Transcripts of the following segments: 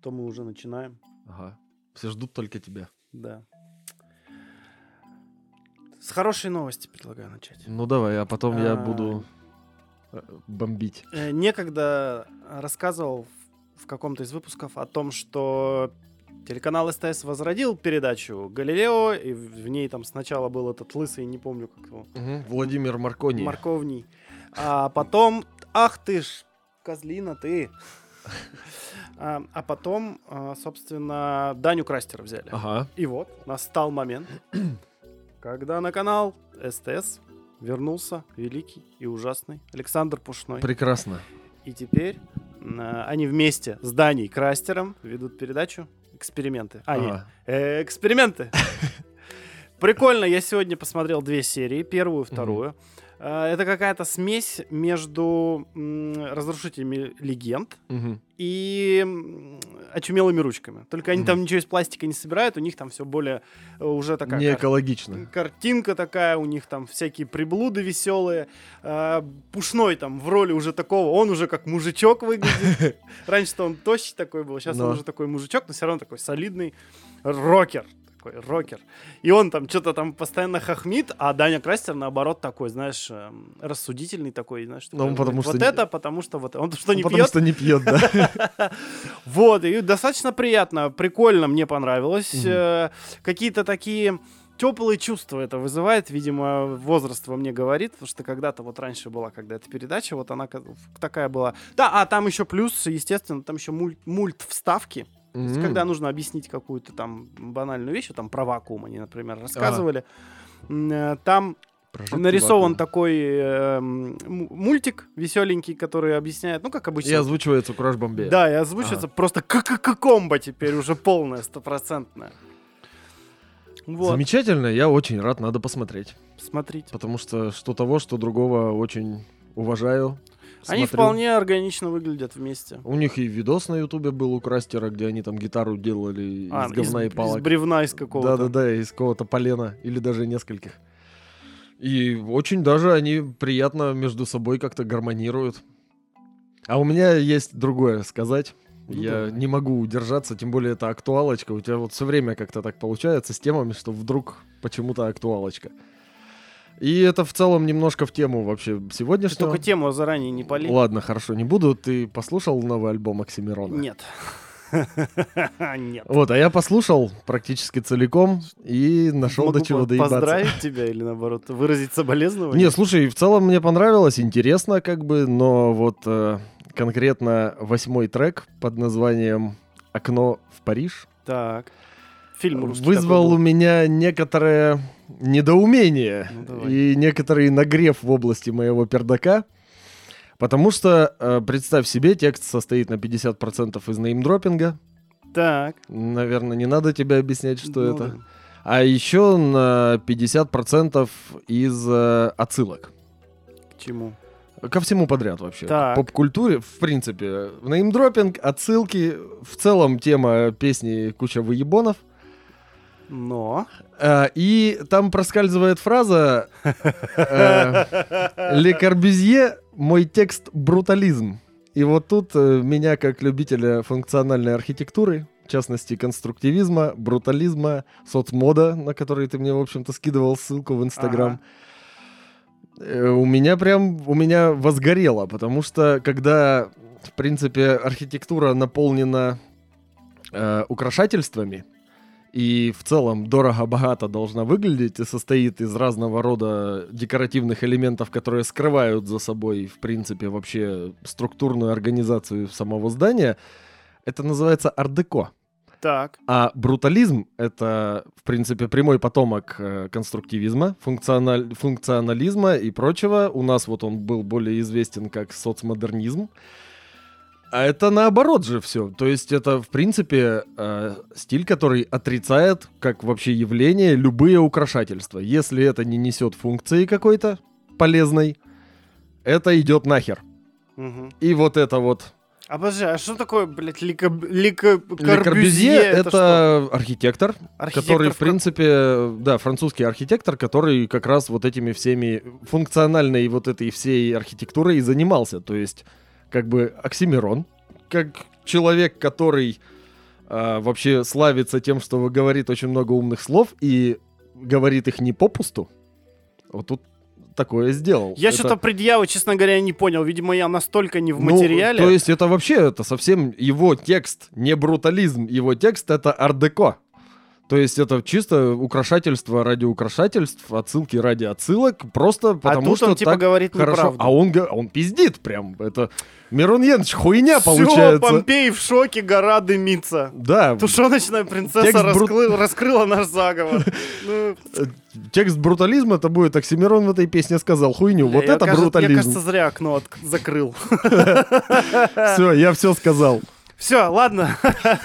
то мы уже начинаем. Ага. Все ждут только тебя. Да. С хорошей новости предлагаю начать. Ну давай, а потом я буду бомбить. Некогда рассказывал в каком-то из выпусков о том, что телеканал СТС возродил передачу «Галилео», и в ней там сначала был этот лысый, не помню как его. Владимир Маркони. Марковний. А потом, ах ты ж, козлина ты. А потом, собственно, Даню Крастера взяли. Ага. И вот настал момент, когда на канал СТС вернулся великий и ужасный Александр Пушной. Прекрасно. И теперь они вместе с Даней Крастером ведут передачу «Эксперименты». Эксперименты! Прикольно, я сегодня посмотрел 2 серии, первую и вторую. Это какая-то смесь между «Разрушителями легенд» и «Очумелыми ручками». Только они там ничего из пластика не собирают, у них там все более уже такая... Не экологично. Картинка такая, у них там всякие приблуды веселые. Пушной там в роли уже такого, он уже как мужичок выглядит. Раньше-то он тощий такой был, сейчас он уже такой мужичок, но все равно такой солидный рокер. Рокер. И он там что-то там постоянно хохмит, а Даня Крастер, наоборот, такой, знаешь, рассудительный такой, знаешь, такой, он потому вот что это, потому что вот он что не пьет. Потому что не пьет, да. Вот, и достаточно приятно, прикольно, мне понравилось. Какие-то такие теплые чувства это вызывает, видимо, возраст во мне говорит, потому что когда-то вот раньше была, когда эта передача, вот она такая была. Да, а там еще плюс, естественно, там еще мульт-вставки. То есть, когда нужно объяснить какую-то там банальную вещь, там про вакуум они, например, рассказывали, там нарисован такой мультик веселенький, который объясняет, ну, как обычно. И озвучивается Кураж Бомбея. Да, и озвучивается просто комбо теперь уже полная, 100%. Вот. Замечательно, я очень рад, надо посмотреть. Смотрите. Потому что того, что другого очень уважаю. Они смотрю. вполне органично выглядят вместе. У них и видос на Ютубе был у Крастера, где они там гитару делали из говна и палок. Из бревна из какого-то. Да-да-да, из какого-то полена или даже нескольких. И очень даже они приятно между собой как-то гармонируют. А у меня есть другое сказать. Я не могу удержаться, тем более это актуалочка. У тебя вот все время как-то так получается с темами, что вдруг почему-то актуалочка. И это в целом немножко в тему вообще сегодняшнего. Ты только тему заранее не пали. Ладно, хорошо, не буду. Ты послушал новый альбом Оксимирона? Нет. Нет. Вот, а я послушал практически целиком и нашел до чего доебаться. Поздравить тебя или, наоборот, выразить соболезнования? Не, слушай, в целом мне понравилось, интересно как бы, но вот конкретно 8-й трек под названием «Окно в Париж» так. Фильм русский вызвал у меня некоторое недоумение и некоторый нагрев в области моего пердака, потому что, представь себе, текст состоит на 50% из неймдропинга. Так. Наверное, не надо тебе объяснять, что это. Да. А еще на 50% из отсылок. К чему? Ко всему подряд вообще. Так. К поп-культуре, в принципе. Неймдропинг, отсылки, в целом тема песни «Куча выебонов». Но... И там проскальзывает фраза «Ле Корбюзье, мой текст брутализм». И вот тут меня, как любителя функциональной архитектуры, в частности конструктивизма, брутализма, соцмода, на который ты мне, в общем-то, скидывал ссылку в Инстаграм, у меня возгорело, потому что когда, в принципе, архитектура наполнена украшательствами, и в целом дорого-богато должна выглядеть и состоит из разного рода декоративных элементов, которые скрывают за собой, в принципе, вообще структурную организацию самого здания, это называется ар-деко. Так. А брутализм — это, в принципе, прямой потомок конструктивизма, функционализма и прочего. У нас вот он был более известен как соцмодернизм. А это наоборот же все. То есть это, в принципе, стиль, который отрицает, как вообще явление, любые украшательства. Если это не несет функции какой-то полезной, это идет нахер. Угу. И вот это вот... А подожди, а что такое, блядь, Ле Корбюзье — это архитектор, который, в принципе, да, французский архитектор, который как раз вот этими всеми функциональной вот этой всей архитектурой и занимался. То есть как бы Оксимирон, как человек, который вообще славится тем, что говорит очень много умных слов и говорит их не попусту. Вот тут такое сделал. Я что-то предъявы, честно говоря, не понял. Видимо, я настолько не в материале. То есть это вообще, это совсем его текст, не брутализм. Его текст — это ар-деко. То есть это чисто украшательство ради украшательств, отсылки ради отсылок, просто потому тут что он, типа, так говорит хорошо. неправду. А он пиздит прям. Это Мирон Яныч, хуйня Всё, получается. Помпей в шоке, гора дымится. Да. Тушеночная принцесса Текст раскрыла наш заговор. Ну, Текст брутализма — это будет Оксимирон в этой песне сказал хуйню. Вот это брутализм. Я, кажется, зря окно закрыл. Все, я все сказал. Все, ладно.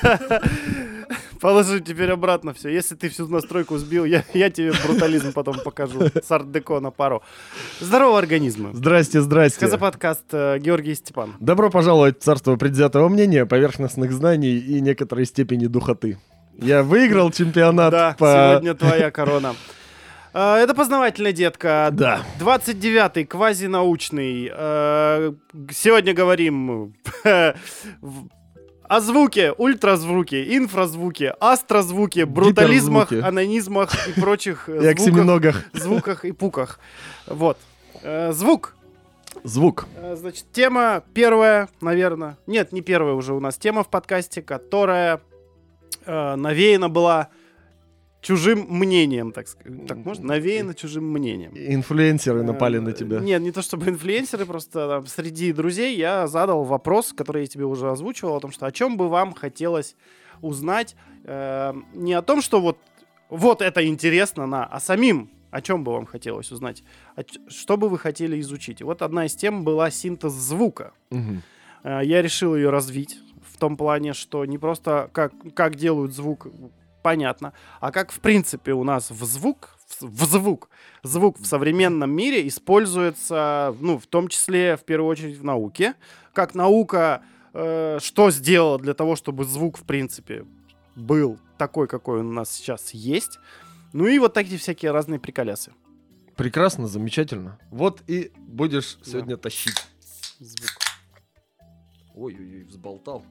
Положи теперь обратно все. Если ты всю настройку сбил, я тебе брутализм потом покажу. С арт-деко на пару. Здорово, организмы. Здрасте, здрасте. ХЗ-подкаст Георгий и Степан. Добро пожаловать в царство предвзятого мнения, поверхностных знаний и некоторой степени духоты. Я выиграл чемпионат Да, по... сегодня твоя корона. Это познавательная детка. Да. 29-й, квазинаучный. Сегодня говорим о звуке, ультразвуке, инфразвуке, астрозвуке, брутализмах, Гиперзвуке. анонизмах и прочих И оксиминогах. звуках и пуках. Вот. Звук. Звук. Значит, тема первая, наверное. Нет, не первая уже у нас тема в подкасте, которая навеяна была чужим мнением, так сказать. Так можно? Навеяно чужим мнением. Инфлюенсеры напали на тебя. Нет, не то чтобы инфлюенсеры, просто там, среди друзей я задал вопрос, который я тебе уже озвучивал, о том, что о чем бы вам хотелось узнать. Не о том, что вот это интересно, а самим о чем бы вам хотелось узнать. Что бы вы хотели изучить. И вот одна из тем была синтез звука. Мгм. Я решил ее развить в том плане, что не просто как делают звук, понятно, а как в принципе у нас звук в современном мире используется, ну, в том числе, в первую очередь, в науке. Как наука что сделала для того, чтобы звук, в принципе, был такой, какой он у нас сейчас есть. Ну и вот такие всякие разные приколясы. Прекрасно, замечательно. Вот и будешь сегодня тащить. Звук. Ой-ой-ой, взболтал.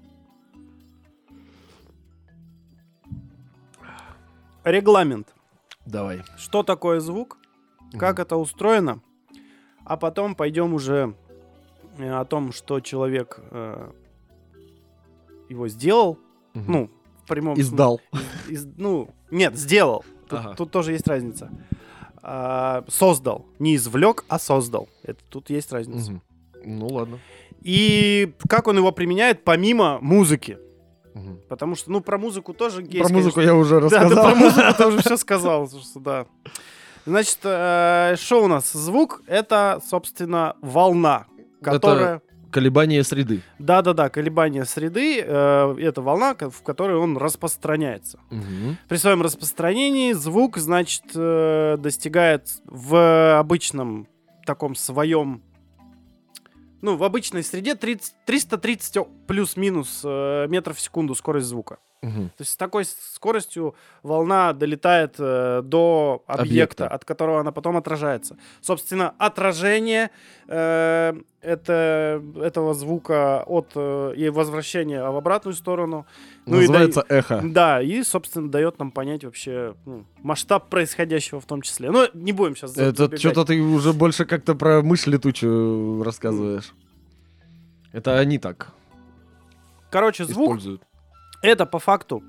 Регламент. Давай. Что такое звук? Как это устроено? А потом пойдем уже о том, что человек его сделал. Мгм. Ну, в прямом Издал. нет, сделал. Ага. Тут тоже есть разница. Создал. Не извлек, а создал. Тут есть разница. Мгм. Ну ладно. И как он его применяет помимо музыки. Мгм. Потому что, про музыку тоже есть, Про музыку конечно. я уже Да, рассказал. ты про музыку ты уже все сказал. Что да. Значит, что у нас? Звук — это, собственно, волна, которая... Колебания среды. Да-да-да, колебания среды — это волна, в которой он распространяется. Мгм. При своем распространении звук, значит, достигает в обычном таком своем... Ну, в обычной среде 330 плюс-минус метров в секунду скорость звука. Мгм. То есть с такой скоростью волна долетает до объекта, от которого она потом отражается. Собственно, отражение этого звука и возвращение в обратную сторону. Называется эхо. Да, и, собственно, дает нам понять вообще масштаб происходящего в том числе. Но не будем сейчас Это забегать. что-то ты уже больше как-то про мышь летучую рассказываешь. Это они так Короче, звук используют. это по факту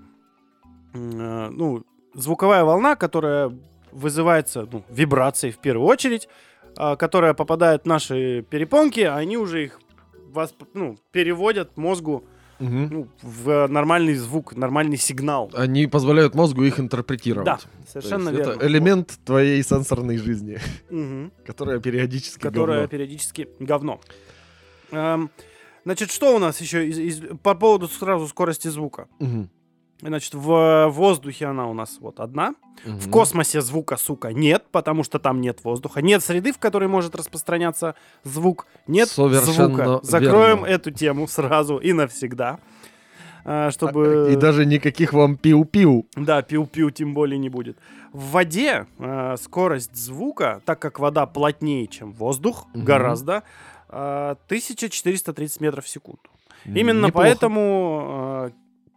звуковая волна, которая вызывается вибрацией в первую очередь, которая попадает в наши перепонки, а они уже их переводят мозгу Мгм. в нормальный звук, нормальный сигнал. Они позволяют мозгу их интерпретировать. Да, То есть совершенно верно. это элемент твоей сенсорной жизни, Мгм. которая периодически Которая говно. периодически говно. Значит, что у нас еще по поводу сразу скорости звука? Мгм. Значит, в воздухе она у нас одна. В Мгм. космосе звука, сука, нет, потому что там нет воздуха. Нет среды, в которой может распространяться звук. Нет Совершенно звука. Закроем верно. эту тему сразу и навсегда. Чтобы... И даже никаких вам пиу-пиу. Да, пиу-пиу тем более не будет. В воде скорость звука, так как вода плотнее, чем воздух, Мгм. гораздо, 1430 метров в секунду. Именно Неплохо. поэтому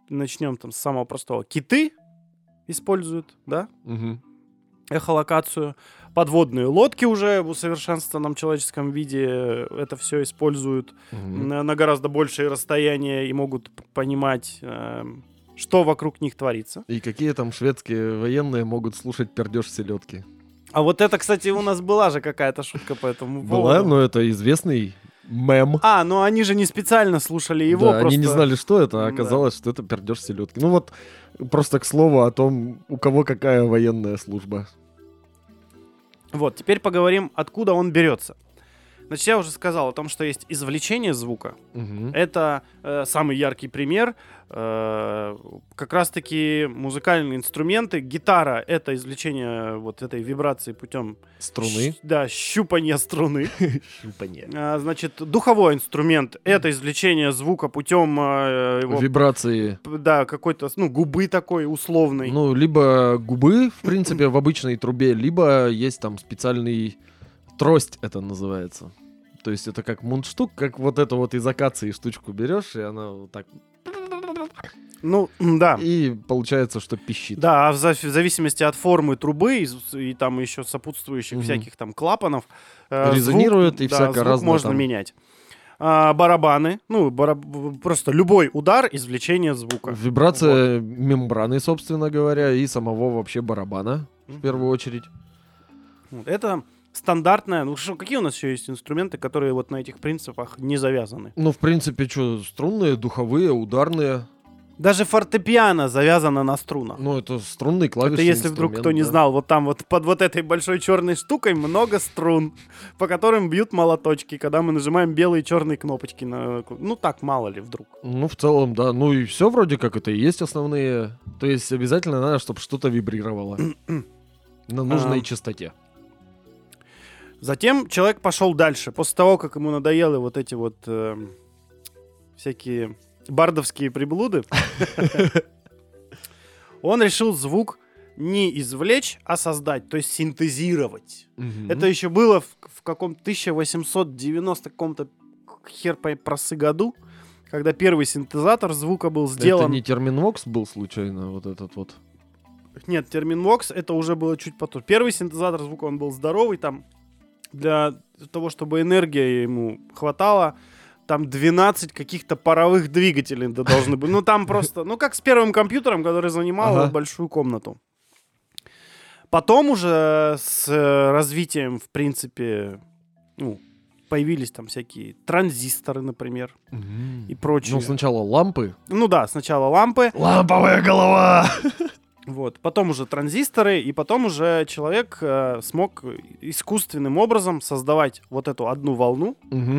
начнем там с самого простого. Киты используют, да, Мгм. эхолокацию. Подводные лодки уже в усовершенствованном человеческом виде это все используют Мгм. на гораздо большие расстояния и могут понимать, что вокруг них творится. И какие там шведские военные могут слушать пердеж селедки? А вот это, кстати, у нас была же какая-то шутка по этому Была, поводу. но это известный мем. Ну они же не специально слушали его, Да, просто... они не знали, что это, а Да. оказалось, что это пердеж селедки. Ну вот, просто к слову о том, у кого какая военная служба. Вот, теперь поговорим, откуда он берется. Значит, я уже сказал о том, что есть извлечение звука. Мгм. Это самый яркий пример. Как раз-таки музыкальные инструменты. Гитара — это извлечение вот этой вибрации путем Струны. щупания струны. Щупанье. Значит, духовой инструмент — это извлечение звука путем его, Вибрации. да, какой-то, губы такой условной. Ну, либо губы, в принципе, в обычной трубе, либо есть там специальный трость, это называется. То есть это как мундштук, как вот эту вот из акации штучку берешь, и она вот так... Да. И получается, что пищит. Да, а в зависимости от формы трубы и там еще сопутствующих Мгм. всяких там клапанов Резонирует и да, всяко звук разно можно там. менять. Барабаны, просто любой удар — извлечение звука. Вибрация мембраны, собственно говоря, и самого вообще барабана, в первую очередь. Вот. Это стандартная. Какие у нас еще есть инструменты, которые вот на этих принципах не завязаны? Ну, в принципе, что, струнные, духовые, ударные. Даже фортепиано завязано на струнах. Ну, это струнный клавишный Это если вдруг инструмент, кто не да. знал, вот там вот под вот этой большой черной штукой много струн, по которым бьют молоточки, когда мы нажимаем белые и черные кнопочки. Так, мало ли вдруг. Ну, в целом, да. Ну и все вроде как это и есть основные. То есть обязательно надо, чтобы что-то вибрировало. На нужной частоте. Затем человек пошел дальше. После того, как ему надоели вот эти вот всякие бардовские приблуды, он решил звук не извлечь, а создать, то есть синтезировать. Это еще было в каком-то 1890 каком-то хер просы году, когда первый синтезатор звука был сделан. Это не терминвокс был случайно, вот этот вот? Нет, терминвокс, это уже было чуть потом. Первый синтезатор звука, он был здоровый, там для того, чтобы энергия ему хватало, там 12 каких-то паровых двигателей должны быть. Там просто, как с первым компьютером, который занимал большую комнату. Потом уже с развитием, в принципе, появились там всякие транзисторы, например, и прочее. Ну, сначала лампы. Сначала лампы. Ламповая голова! Вот. Потом уже транзисторы, и потом уже человек смог искусственным образом создавать вот эту одну волну.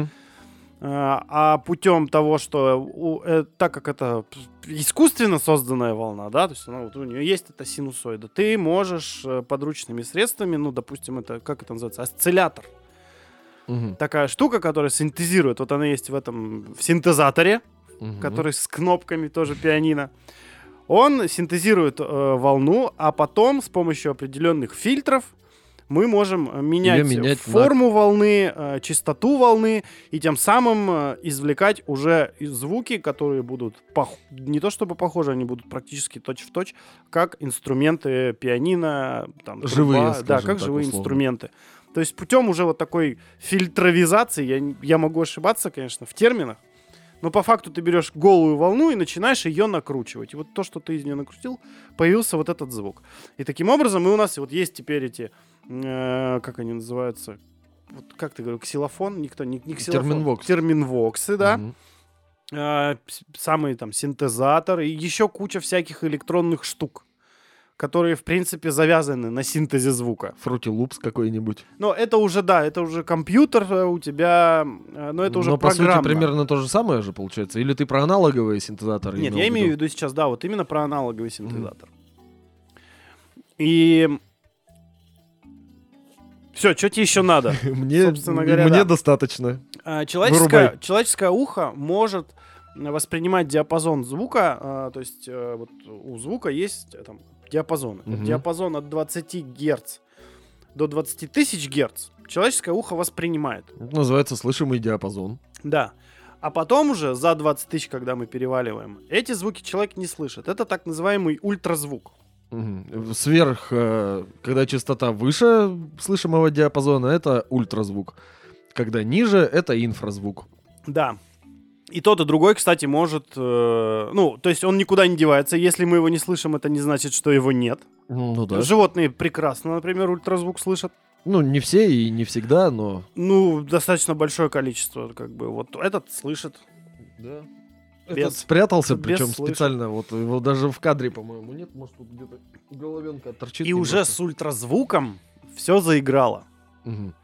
А путем того, что так как это искусственно созданная волна, да, то есть у нее есть эта синусоида, ты можешь подручными средствами, допустим, это, как это называется, осциллятор. Такая штука, которая синтезирует, вот она есть в синтезаторе, который с кнопками, тоже пианино. Он синтезирует волну, а потом с помощью определенных фильтров мы можем менять форму волны, частоту волны, и тем самым извлекать уже звуки, которые будут не то чтобы похожи, они будут практически точь-в-точь, как инструменты пианино, там, живые, труба, да, как так, живые условно. инструменты. То есть путем уже вот такой фильтровизации, я могу ошибаться, конечно, в терминах, но по факту ты берешь голую волну и начинаешь ее накручивать. И вот то, что ты из нее накрутил, появился вот этот звук. И таким образом у нас вот есть теперь эти, как они называются, вот как ты говорил, ксилофон? Не ксилофон. Терминвоксы, да. Самый там синтезатор и еще куча всяких электронных штук, которые, в принципе, завязаны на синтезе звука. Fruity Loops какой-нибудь. Но это уже, да, это уже компьютер у тебя, но это уже программа. Но, по сути, примерно то же самое же получается. Или ты про аналоговые синтезаторы? Нет, я имею в виду сейчас, да, вот именно про аналоговый синтезатор. И... Все, что тебе еще надо? Мне достаточно. Человеческое ухо может воспринимать диапазон звука, то есть вот у звука есть там диапазоны. Диапазон от 20 Гц до 20 тысяч Гц человеческое ухо воспринимает. Это называется слышимый диапазон. Да. А потом уже за 20 тысяч, когда мы переваливаем, эти звуки человек не слышит. Это так называемый ультразвук. Сверх, когда частота выше слышимого диапазона, это ультразвук. Когда ниже, это инфразвук. Да. И тот, и другой, кстати, может... то есть он никуда не девается. Если мы его не слышим, это не значит, что его нет. Ну да. Животные прекрасно, например, ультразвук слышат. Ну, не все и не всегда, но... Ну, достаточно большое количество, как бы. Вот этот слышит. Да. Без- Этот спрятался, без причем слышал. специально. Вот его даже в кадре, по-моему, нет. Может, тут где-то головенка торчит. И уже с ультразвуком все заиграло. Мгм.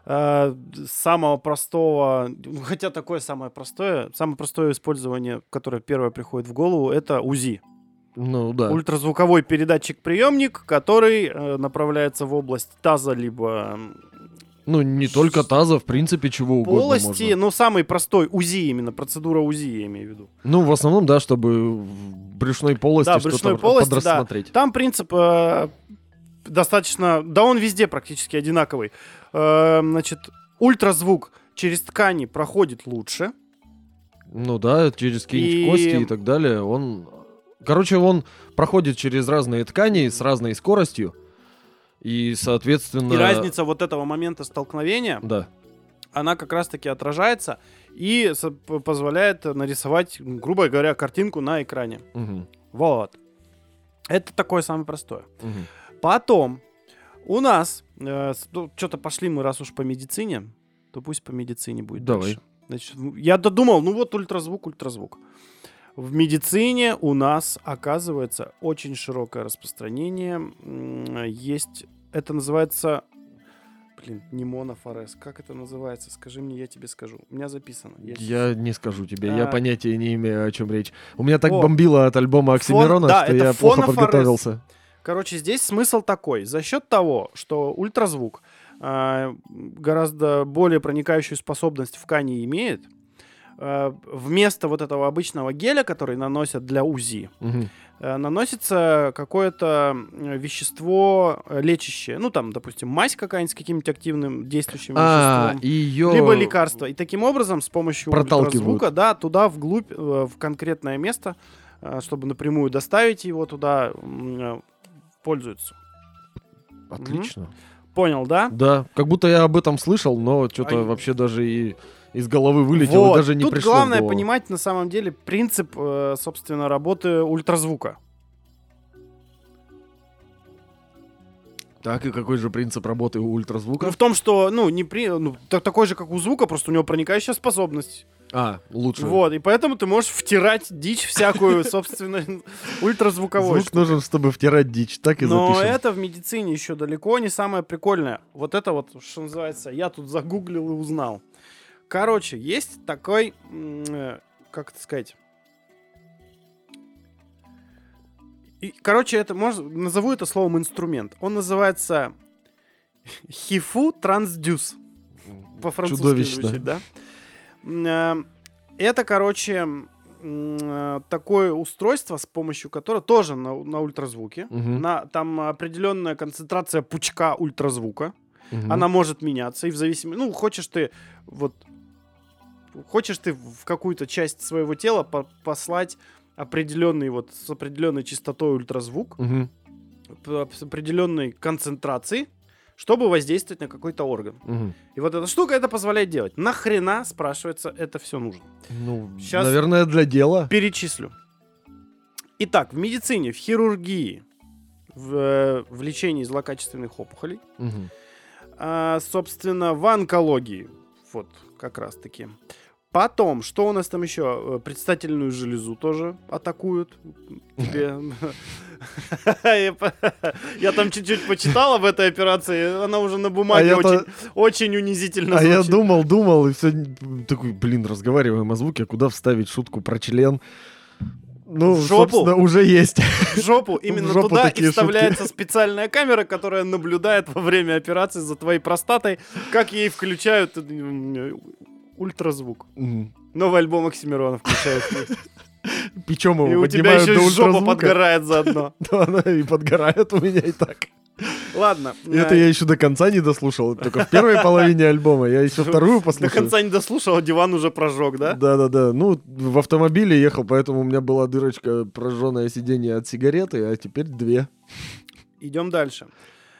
Самого простого, хотя такое самое простое использование, которое первое приходит в голову, это УЗИ. Ну, да. Ультразвуковой передатчик-приемник, который направляется в область таза, либо Ну, не только таза, в принципе, чего угодно полости. можно. Ну, самый простой УЗИ, именно процедура УЗИ, я имею в виду. Ну, в основном, да, чтобы в брюшной полости Да, что-то брюшной полости, подрассмотреть. Там принцип достаточно, да, он везде практически одинаковый. Значит, ультразвук через ткани проходит лучше. Ну да, через какие-нибудь И- кости и так далее. Он проходит через разные ткани с разной скоростью. И, соответственно... И разница вот этого момента столкновения, Да. она как раз-таки отражается и позволяет нарисовать, грубо говоря, картинку на экране. Мгм. Вот. Это такое самое простое. Мгм. Потом у нас, что-то пошли мы, раз уж по медицине, то пусть по медицине будет Давай. дальше. Значит, я додумал, ну вот ультразвук. В медицине у нас, оказывается, очень широкое распространение. Есть, это называется, не монофорез, как это называется? Скажи мне, я тебе скажу. У меня записано. Я не скажу тебе, я А. понятия не имею, о чем речь. У меня так О. бомбило от альбома Оксимирона, да, что это я плохо фонофорез. подготовился. Короче, здесь смысл такой. За счет того, что ультразвук гораздо более проникающую способность в ткани имеет, вместо вот этого обычного геля, который наносят для УЗИ, Мгм. наносится какое-то вещество лечащее. Ну, там, допустим, мазь какая-нибудь с каким-нибудь активным действующим веществом. И ее... Либо лекарство. И таким образом, с помощью Проталкивают. ультразвука, да, туда вглубь, в конкретное место, чтобы напрямую доставить его туда, пользуются. Отлично. Понял, да? Да, как будто я об этом слышал, но что-то А- вообще даже и из головы вылетело, Вот. даже не Тут пришло главное в голову. понимать на самом деле принцип, собственно, работы ультразвука. Так, и какой же принцип работы у ультразвука? Ну, в том, что, такой же, как у звука, просто у него проникающая способность. Лучше. Вот, и поэтому ты можешь втирать дичь всякую, собственно, ультразвуковой. Звук нужен, чтобы втирать дичь, так и Но запишем. это в медицине еще далеко не самое прикольное. Вот это вот, что называется, я тут загуглил и узнал. Короче, есть такой, как это сказать... Короче, назову это словом инструмент. Он называется HIFU Transduce. По-французски Чудовищно. звучит, да? Это, короче, такое устройство, с помощью которого тоже на ультразвуке. Мгм. Там определенная концентрация пучка ультразвука. Мгм. Она может меняться. И в зависимости... Ну, хочешь ты в какую-то часть своего тела послать определенный с определенной частотой ультразвук, Мгм. с определенной концентрацией, чтобы воздействовать на какой-то орган. Мгм. И вот эта штука это позволяет делать. Нахрена, спрашивается, это все нужно? Ну, Щас- наверное, для дела. Перечислю. Итак, в медицине, в хирургии, в лечении злокачественных опухолей, Мгм. собственно, в онкологии, вот как раз-таки. Потом, что у нас там еще? Предстательную железу тоже атакуют. Тебе... Я там чуть-чуть почитал об этой операции, она уже на бумаге очень унизительно А я звучит. думал, и все такой, разговариваем о звуке, куда вставить шутку про член? Ну, В жопу? собственно, уже есть. В жопу, именно В жопу туда и такие вставляется специальная камера, которая наблюдает во время операции за твоей простатой, как ей включают ультразвук. Мгм. Новый альбом Оксимирона включают. Причем И его у тебя поднимают еще до и жопа ультразвука. подгорает заодно. Да, она и подгорает у меня и так. Ладно. Это я еще до конца не дослушал. Только в первой половине альбома. Я еще вторую послушал. До конца не дослушал, диван уже прожег, да? Да. Ну, в автомобиле ехал, поэтому у меня была дырочка, прожженное сиденье от сигареты, а теперь 2. Идем дальше.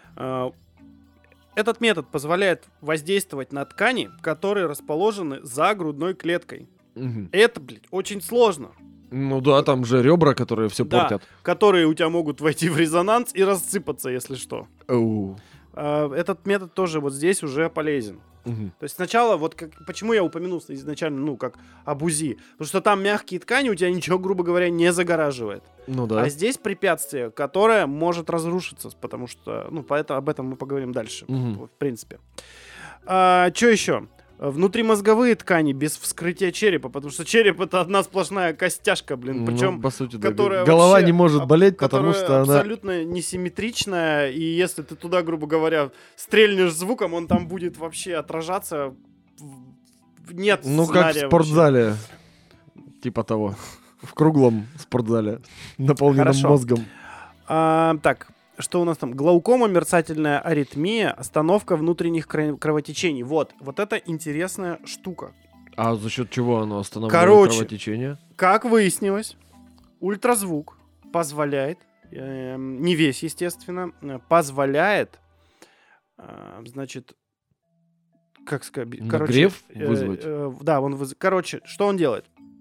Этот метод позволяет воздействовать на ткани, которые расположены за грудной клеткой. Это, блядь, очень сложно. Ну да, там же ребра, которые все портят. Которые у тебя могут войти в резонанс и рассыпаться, если что. Этот метод тоже вот здесь уже полезен. То есть сначала, вот почему я упомянул изначально, ну, как об УЗИ? Потому что там мягкие ткани, у тебя ничего, грубо говоря, не загораживает. Ну да. А здесь препятствие, которое может разрушиться, потому что, ну, поэтому об этом мы поговорим дальше, в принципе. Что еще? Внутримозговые ткани без вскрытия черепа, потому что череп — это одна сплошная костяшка, блин, причем, по сути, которая голова вообще не может болеть, потому что она абсолютно несимметричная, и если ты туда, грубо говоря, стрельнешь звуком, он там будет вообще отражаться. Нет ну, как в спортзале, вообще. Типа того, в круглом спортзале, наполненном мозгом. Так. Что у нас там? Глаукома, мерцательная аритмия, остановка внутренних кровотечений. Вот это интересная штука. А за счет чего оно останавливает кровотечение? Как выяснилось, ультразвук позволяет, не весь, естественно, позволяет, значит, как сказать, нагрев вызвать? Да, короче, что он делает?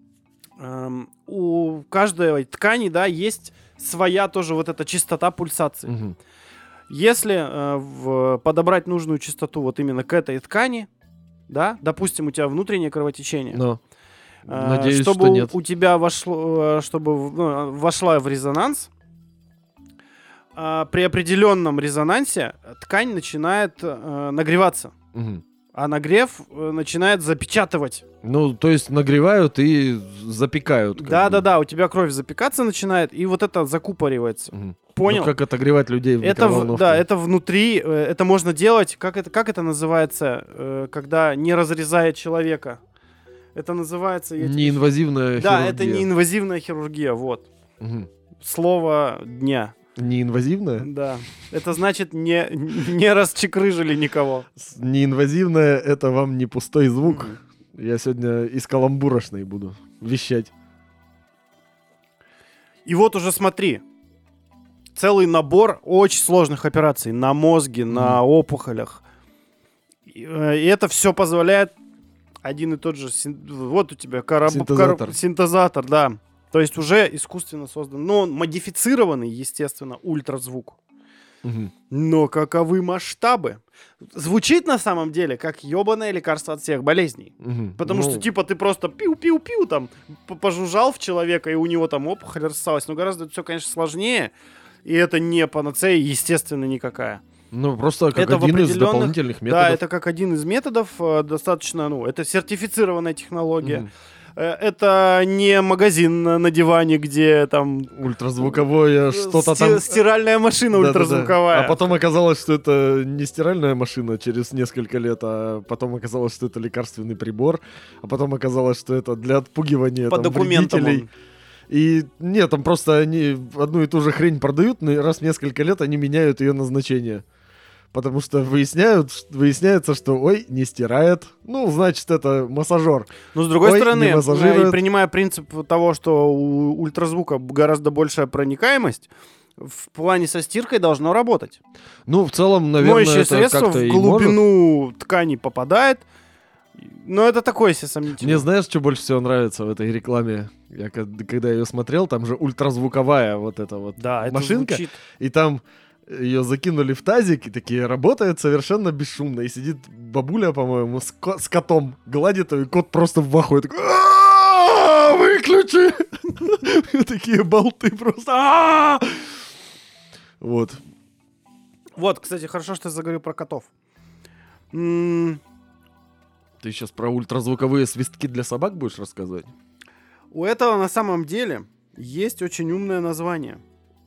У каждой ткани, да, есть своя тоже вот эта частота пульсации. Если подобрать нужную частоту вот именно к этой ткани, да, допустим, у тебя внутреннее кровотечение, надеюсь, чтобы что нет. у тебя вошла в резонанс, при определенном резонансе ткань начинает нагреваться. А нагрев начинает запечатывать. Ну, то есть нагревают и запекают. Да, у тебя кровь запекаться начинает, и вот это закупоривается. Понял? Ну, как отогревать людей в микроволновке. Да, это внутри, это можно делать, как это называется, когда не разрезает человека? Это называется... Неинвазивная хирургия. Да, это неинвазивная хирургия, вот. Слово дня. Неинвазивная? Да. Это значит, не расчекрыжили никого. Неинвазивная — это вам не пустой звук. Я сегодня из каламбурошной буду вещать. И вот уже смотри. Целый набор очень сложных операций на мозге, на опухолях. И это все позволяет один и тот же... Вот у тебя синтезатор, да. То есть уже искусственно создан, но он модифицированный, естественно, ультразвук. Но каковы масштабы? Звучит на самом деле как ебаное лекарство от всех болезней. Потому что типа ты просто пиу-пиу-пиу там пожужжал в человека, и у него там опухоль рассосалась. Но гораздо все, конечно, сложнее. И это не панацея, естественно, никакая. Ну, просто как это один из дополнительных методов. Да, это как один из методов. Достаточно, это сертифицированная технология. Это не магазин на диване, где там... Ультразвуковое что-то там... Стиральная машина ультразвуковая. А потом оказалось, что это не стиральная машина через несколько лет, а потом оказалось, что это лекарственный прибор, а потом оказалось, что это для отпугивания по документам вредителей. И нет, там просто они одну и ту же хрень продают, но раз в несколько лет они меняют ее назначение. Потому что выясняется, что, не стирает. Ну, значит, это массажер. Но с другой стороны, принимая принцип того, что у ультразвука гораздо большая проникаемость, в плане со стиркой должно работать. Ну, в целом, наверное, моющее это средство как-то в глубину ткани попадает. Но это такое себе сомнительно. Мне знаешь, что больше всего нравится в этой рекламе? Я когда ее смотрел, там же ультразвуковая вот эта вот машинка. Это звучит. И там... Ее закинули в тазик и такие, работает совершенно бесшумно. И сидит бабуля, по-моему, с котом, гладит его, и кот просто в ахуе такой: выключи! Такие болты просто. Вот. Вот, кстати, хорошо, что я заговорил про котов. Ты сейчас про ультразвуковые свистки для собак будешь рассказывать? У этого на самом деле есть очень умное название.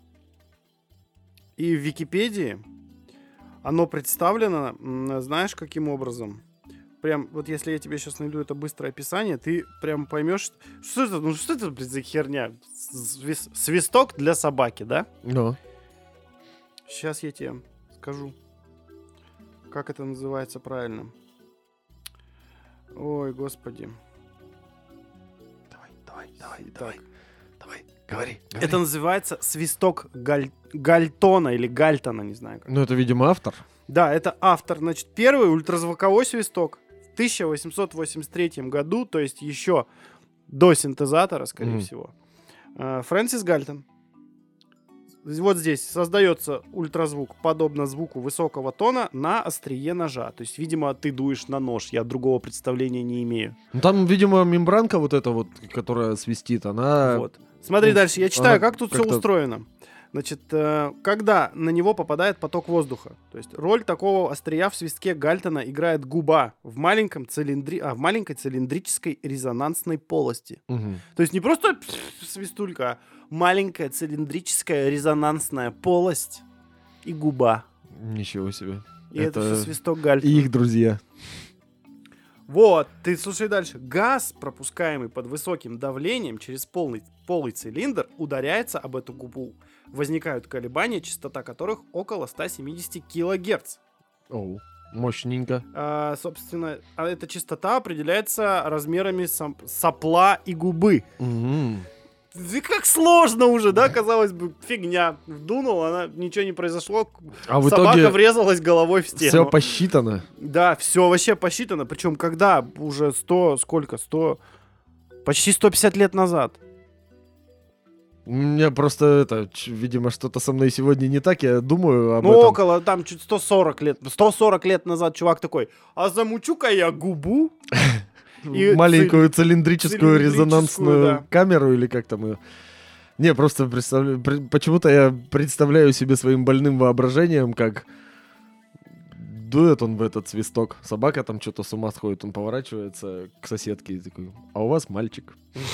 И в Википедии оно представлено, знаешь, каким образом? Прям, вот если я тебе сейчас найду это быстрое описание, ты прям поймешь, что это, что это, блин, за херня? Свисток для собаки, да? Да. Сейчас я тебе скажу. Как это называется правильно? Ой, господи. Давай, говори. Это называется свисток Гальтона или Гальтона, не знаю как. Ну, это, видимо, автор. Да, это автор. Значит, первый ультразвуковой свисток в 1883 году, то есть еще до синтезатора, скорее всего. Фрэнсис Гальтон. Вот здесь создается ультразвук, подобно звуку высокого тона, на острие ножа. То есть, видимо, ты дуешь на нож. Я другого представления не имею. Ну, там, видимо, мембранка вот эта вот, которая свистит, она... Вот. Смотри дальше. Я читаю, как тут все как-то- устроено. Значит, когда на него попадает поток воздуха, то есть роль такого острия в свистке Гальтона играет губа в маленькой цилиндрической резонансной полости. Мгм. То есть не просто свистулька, а маленькая цилиндрическая резонансная полость и губа. Ничего себе. И это Это все свисток Гальтона. И их друзья. Вот, ты слушай дальше. Газ, пропускаемый под высоким давлением через полый цилиндр, ударяется об эту губу. Возникают колебания, частота которых около 170 килогерц. Оу, мощненько. Собственно, эта частота определяется размерами сопла и губы. Мгм. Да как сложно уже, да, казалось бы, фигня. Вдунул, ничего не произошло. А в Собака итоге врезалась головой в стену. все посчитано. Да, все вообще посчитано. Причем когда? Уже почти 150 лет назад. У меня просто видимо, что-то со мной сегодня не так. Я думаю об Ну, этом. около, там, чуть 140 лет. 140 лет назад чувак такой, а замучу-ка я губу. и Маленькую цилиндрическую цилиндрическую, резонансную да. камеру или как там ее. Не, просто почему-то я представляю себе своим больным воображением, как дует он в этот свисток. Собака там что-то с ума сходит, он поворачивается к соседке и такой: а у вас мальчик.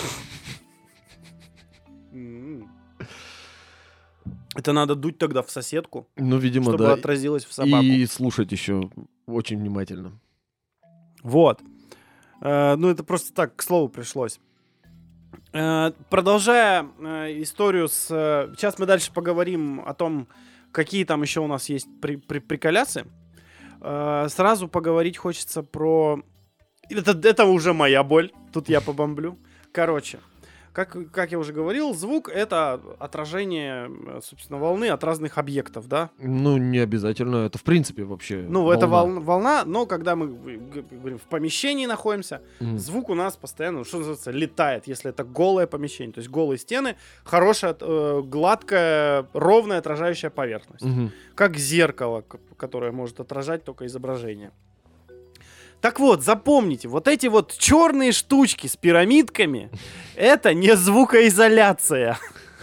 Это надо дуть тогда в соседку, Ну, видимо, чтобы да. отразилось в собаку. И слушать еще очень внимательно. Вот. Ну, это просто так, к слову, пришлось. Продолжая историю сейчас мы дальше поговорим о том, какие там еще у нас есть приколясы. Сразу поговорить хочется про... Это уже моя боль, тут я побомблю. Короче, как я уже говорил, звук — это отражение, собственно, волны от разных объектов, да? Ну, не обязательно. Это, в принципе, вообще Ну, это волна, но когда мы говорим, в помещении находимся, Мгм. звук у нас постоянно, что называется, летает, если это голое помещение. То есть голые стены, хорошая, гладкая, ровная отражающая поверхность. Мгм. Как зеркало, которое может отражать только изображение. Так вот, запомните, вот эти вот черные штучки с пирамидками — это не звукоизоляция.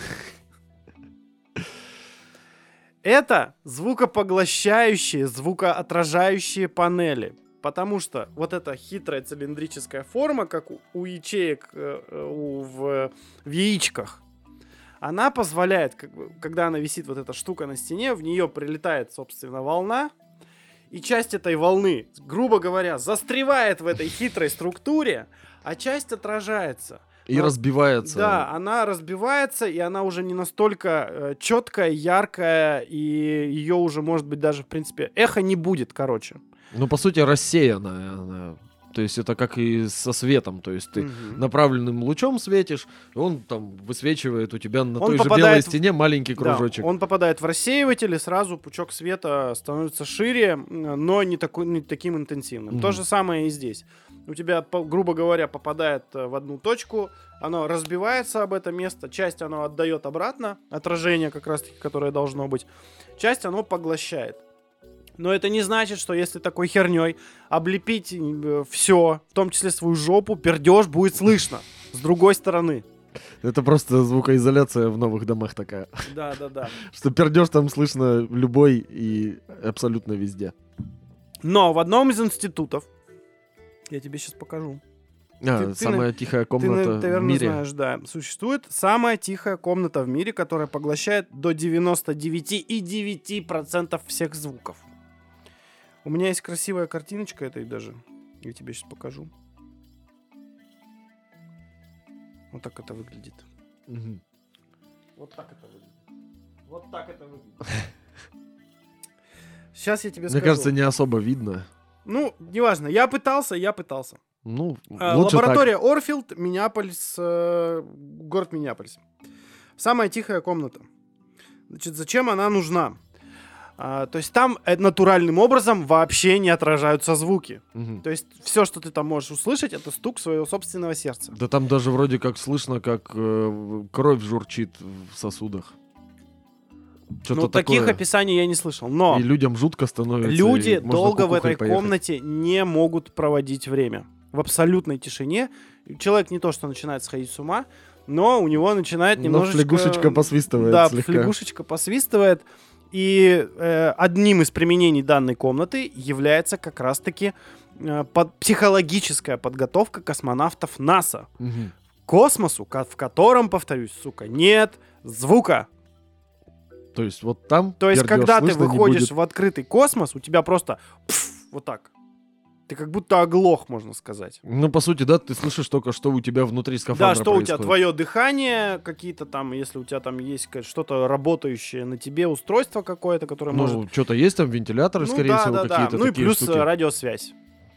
Это звукопоглощающие, звукоотражающие панели. Потому что вот эта хитрая цилиндрическая форма, как у ячеек в яичках, она позволяет, когда она висит, вот эта штука на стене, в нее прилетает, собственно, волна, и часть этой волны, грубо говоря, застревает в этой хитрой структуре, а часть отражается. И Но- разбивается. Да, она разбивается, и она уже не настолько четкая, яркая, и ее уже, может быть, даже, в принципе, эхо не будет, короче. Ну, по сути, рассеянная она. То есть это как и со светом. То есть ты Мгм. направленным лучом светишь, и он там высвечивает у тебя на Он той же попадает белой в- стене маленький Да, кружочек. он попадает в рассеиватель, и сразу пучок света становится шире, но не таким интенсивным. То Мгм. же самое и здесь. У тебя, грубо говоря, попадает в одну точку, оно разбивается об это место, часть оно отдает обратно, отражение как раз-таки, которое должно быть, часть оно поглощает. Но это не значит, что если такой херней облепить все, в том числе свою жопу, пердеж будет слышно с другой стороны. Это просто звукоизоляция в новых домах такая. Да. Что пердеж там слышно любой и абсолютно везде. Но в одном из институтов, я тебе сейчас покажу, Ты- Самая тихая ты, комната в наверное, мире. знаешь, да, существует самая тихая комната в мире, которая поглощает до 99,9% всех звуков. У меня есть красивая картиночка этой даже, я тебе сейчас покажу. Вот так это выглядит. Мгм. Вот так это выглядит. Вот так это выглядит. Сейчас я тебе Мне скажу. кажется, не особо видно. Ну, неважно. Я пытался. Ну, лучше Лаборатория Орфилд, Миннеаполис, город Миннеаполис. Самая тихая комната. Значит, зачем она нужна? То есть там натуральным образом вообще не отражаются звуки. Мгм. То есть все, что ты там можешь услышать, это стук своего собственного сердца. Да там даже вроде как слышно, как кровь журчит в сосудах. Что-то Ну, таких такое. описаний я не слышал. Но И людям жутко становится. люди и можно долго в кукухой этой поехать. комнате не могут проводить время. В абсолютной тишине. Человек не то, что начинает сходить с ума, но у него начинает Но немножечко... флегушечка посвистывает Да, слегка. флегушечка посвистывает. И одним из применений данной комнаты является как раз-таки психологическая подготовка космонавтов НАСА Мгм. к космосу, в котором, повторюсь, сука, нет звука. То есть вот там То есть, пердёж когда ты слышно не выходишь будет. в открытый космос, у тебя просто вот так. Ты как будто оглох, можно сказать. Ну, по сути, да, ты слышишь только, что у тебя внутри скафандра Да, что у тебя происходит. твое дыхание, какие-то там, если у тебя там есть что-то работающее на тебе, устройство какое-то, которое может... Ну, что-то есть там, вентиляторы, Ну скорее да, всего, да, да. какие-то Ну и такие плюс штуки. радиосвязь.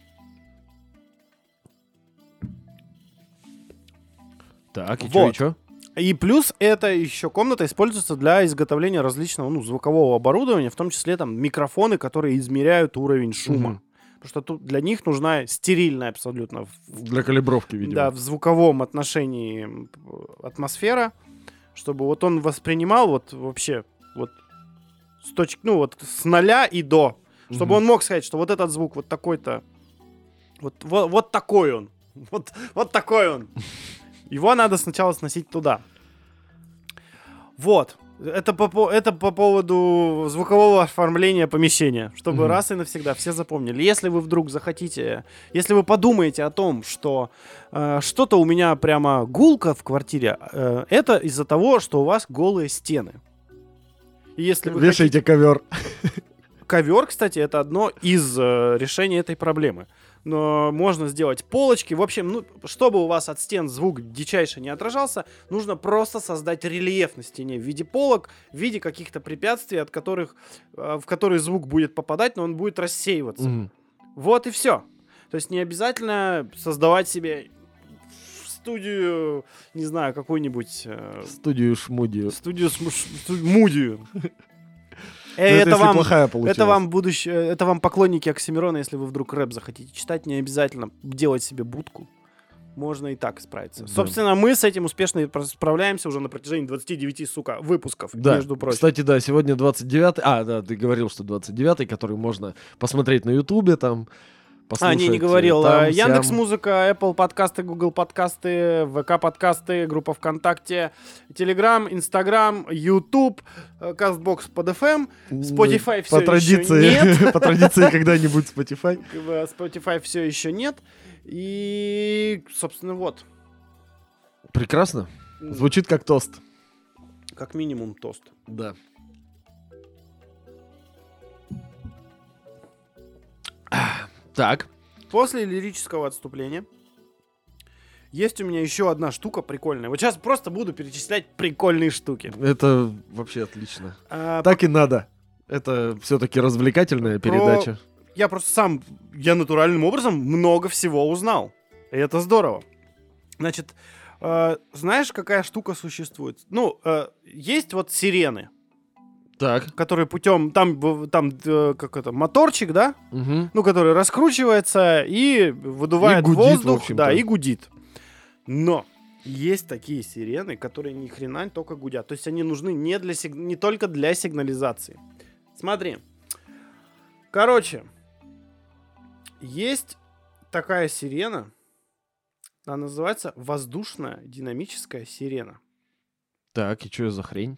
Так, и Вот. чё? И плюс эта еще комната используется для изготовления различного, звукового оборудования, в том числе там микрофоны, которые измеряют уровень шума. Мгм. Потому что тут для них нужна стерильная абсолютно Для калибровки, видимо. да, в звуковом отношении атмосфера, чтобы вот он воспринимал вот вообще вот с точки, вот с 0 и до, чтобы Мгм. он мог сказать, что вот этот звук вот такой-то, вот такой он, вот такой он. Его надо сначала сносить туда. Вот. Это по поводу звукового оформления помещения, чтобы Мгм. раз и навсегда все запомнили. Если вы вдруг захотите, если вы подумаете о том, что что-то у меня прямо гулко в квартире, это из-за того, что у вас голые стены. И если вы Вешайте ковер. ковер, кстати, это одно из решений этой проблемы. Но можно сделать полочки. В общем, чтобы у вас от стен звук дичайше не отражался, нужно просто создать рельеф на стене в виде полок, в виде каких-то препятствий, в которые звук будет попадать, но он будет рассеиваться. Мгм. Вот и все. То есть не обязательно создавать себе студию, не знаю, какую-нибудь Студию Шмудию. студию Мудию. Ну, это если вам плохая получилась. это вам поклонники Оксимирона, если вы вдруг рэп захотите читать, не обязательно делать себе будку. Можно и так справиться. Да. Собственно, мы с этим успешно справляемся уже на протяжении 29, выпусков, Да, между прочим. кстати, да, сегодня 29-й. Да, ты говорил, что 29-й, который можно посмотреть на Ютубе, там, послушать. Не говорил. там, Яндекс сям. Музыка, Apple подкасты, Google подкасты, ВК подкасты, группа ВКонтакте, Telegram, Instagram, YouTube, Castbox под FM, Spotify все По еще традиции, нет. по традиции когда-нибудь Spotify. Spotify все еще нет. И, собственно, вот. Прекрасно. Звучит как тост. Как минимум тост. Да. Так. После лирического отступления есть у меня еще одна штука прикольная. Вот сейчас просто буду перечислять прикольные штуки. Это вообще отлично. А, Так и надо. Это все-таки развлекательная передача. Я просто я натуральным образом много всего узнал. И это здорово. Значит, знаешь, какая штука существует? Есть вот сирены, Так. которые путем, там как это, моторчик, да? Угу. Который раскручивается и выдувает И гудит, в воздух, общем-то. да, и гудит. Но есть такие сирены, которые ни хрена только гудят. То есть они нужны не только для сигнализации. Смотри. Короче, есть такая сирена, она называется воздушная динамическая сирена. Так, и что за хрень?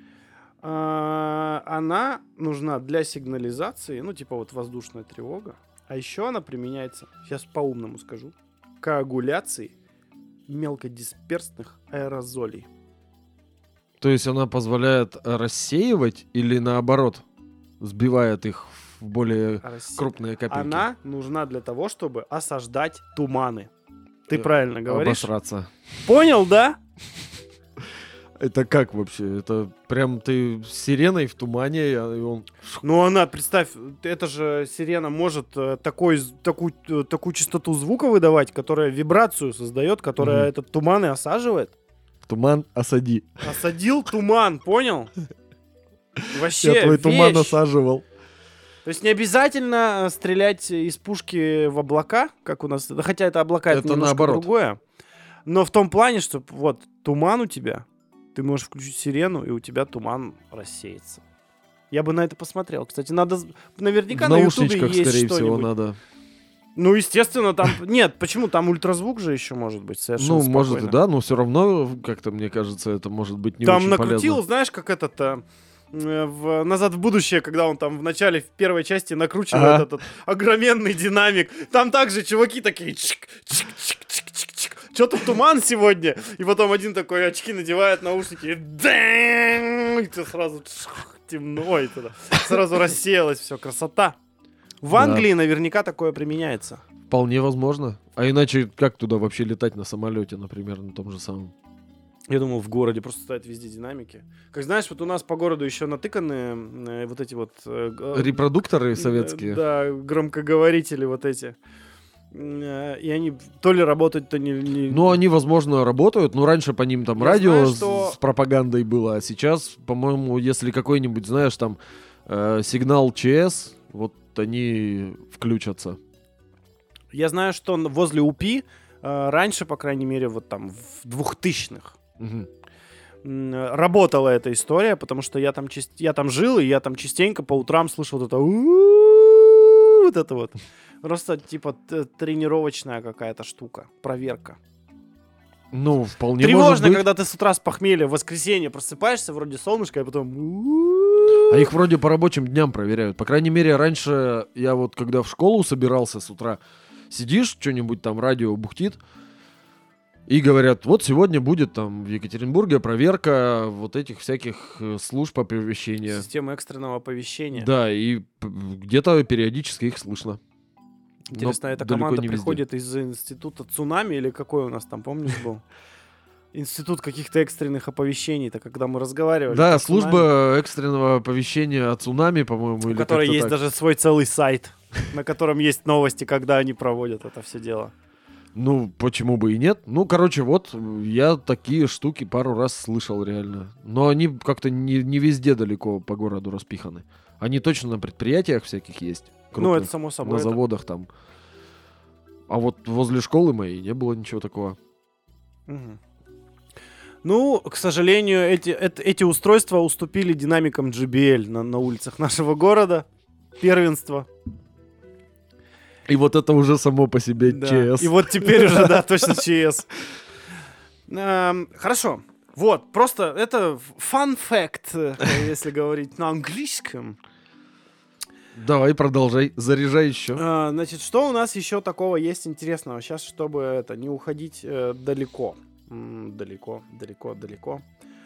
Она нужна для сигнализации, вот воздушная тревога. А еще она применяется, сейчас по-умному скажу, коагуляции мелкодисперсных аэрозолей. То есть она позволяет рассеивать или наоборот сбивает их в более крупные капельки? Она нужна для того, чтобы осаждать туманы. Ты правильно говоришь. Обосраться. Понял, да? Это как вообще? Это прям ты с сиреной в тумане, и он... Ну, она, представь, эта же сирена может такую частоту звука выдавать, которая вибрацию создает, которая этот туман и осаживает. Туман осади. Осадил туман, понял? Вообще, Я твой туман вещь. осаживал. То есть не обязательно стрелять из пушки в облака, как у нас. Да, хотя это облака, это немножко наоборот. другое. Но в том плане, что вот туман у тебя, ты можешь включить сирену, и у тебя туман рассеется. Я бы на это посмотрел. Кстати, надо наверняка В на Ютубе наушничках, есть скорее всего, что-нибудь. надо. Ну, естественно, там... Нет, почему? Там ультразвук же еще может быть совершенно Ну, может и спокойно. да, но все равно, как-то мне кажется, это может быть не Там очень накрутил, полезно. знаешь, как этот... «Назад в будущее», когда он там в начале, в первой части накручивает этот огроменный динамик. Там также чуваки такие чик-чик-чик-чик-чик. Что тут туман сегодня? И потом один такой очки надевает, наушники. И ты сразу темно, и туда. Сразу рассеялось все. Красота. В Англии наверняка такое применяется. Вполне возможно. А иначе как туда вообще летать на самолете, например, на том же самом? Я думал, в городе просто стоят везде динамики. Как знаешь, вот у нас по городу еще натыканы вот эти вот... Репродукторы советские? Да, громкоговорители вот эти. И они то ли работают, то не... Ну, они, возможно, работают, но раньше по ним там Я радио знаю, что- с пропагандой было, а сейчас, по-моему, если какой-нибудь, знаешь, там сигнал ЧС, вот они включатся. Я знаю, что возле УПИ раньше, по крайней мере, вот там в 2000-х работала эта история, потому что я там жил, и я там частенько по утрам слышал вот это вот это вот. Просто типа тренировочная какая-то штука, проверка. Ну, вполне может Тревожно, быть. когда ты с утра с похмелья в воскресенье просыпаешься, вроде солнышко, а потом... А их вроде по рабочим дням проверяют. По крайней мере, раньше я вот когда в школу собирался с утра, сидишь, что-нибудь там радио бухтит, и говорят, вот сегодня будет там в Екатеринбурге проверка вот этих всяких служб оповещения. Система экстренного оповещения. Да, и где-то периодически их слышно. Интересно, Но эта далеко команда не везде. приходит из института цунами или какой у нас там, помнишь, был? Институт каких-то экстренных оповещений-то, когда мы разговаривали. Да, про цунами, служба экстренного оповещения о цунами, по-моему, у или которой как-то есть так. даже свой целый сайт, на котором есть новости, когда они проводят это все дело. Ну, почему бы и нет? Ну, короче, вот, я такие штуки пару раз слышал реально. Но они как-то не везде далеко по городу распиханы. Они точно на предприятиях всяких есть. Ну, крупных, это само собой. на это- заводах там. А вот возле школы моей не было ничего такого. Мгм. Ну, к сожалению, эти устройства уступили динамикам JBL на улицах нашего города. Первенство. И вот это уже само по себе Да. ЧС. И вот теперь уже, да, точно ЧС. Хорошо. Вот, просто это fun fact, если говорить на английском. Давай, продолжай, заряжай еще. Значит, что у нас еще такого есть интересного? Сейчас, чтобы это не уходить далеко. Далеко. Далеко,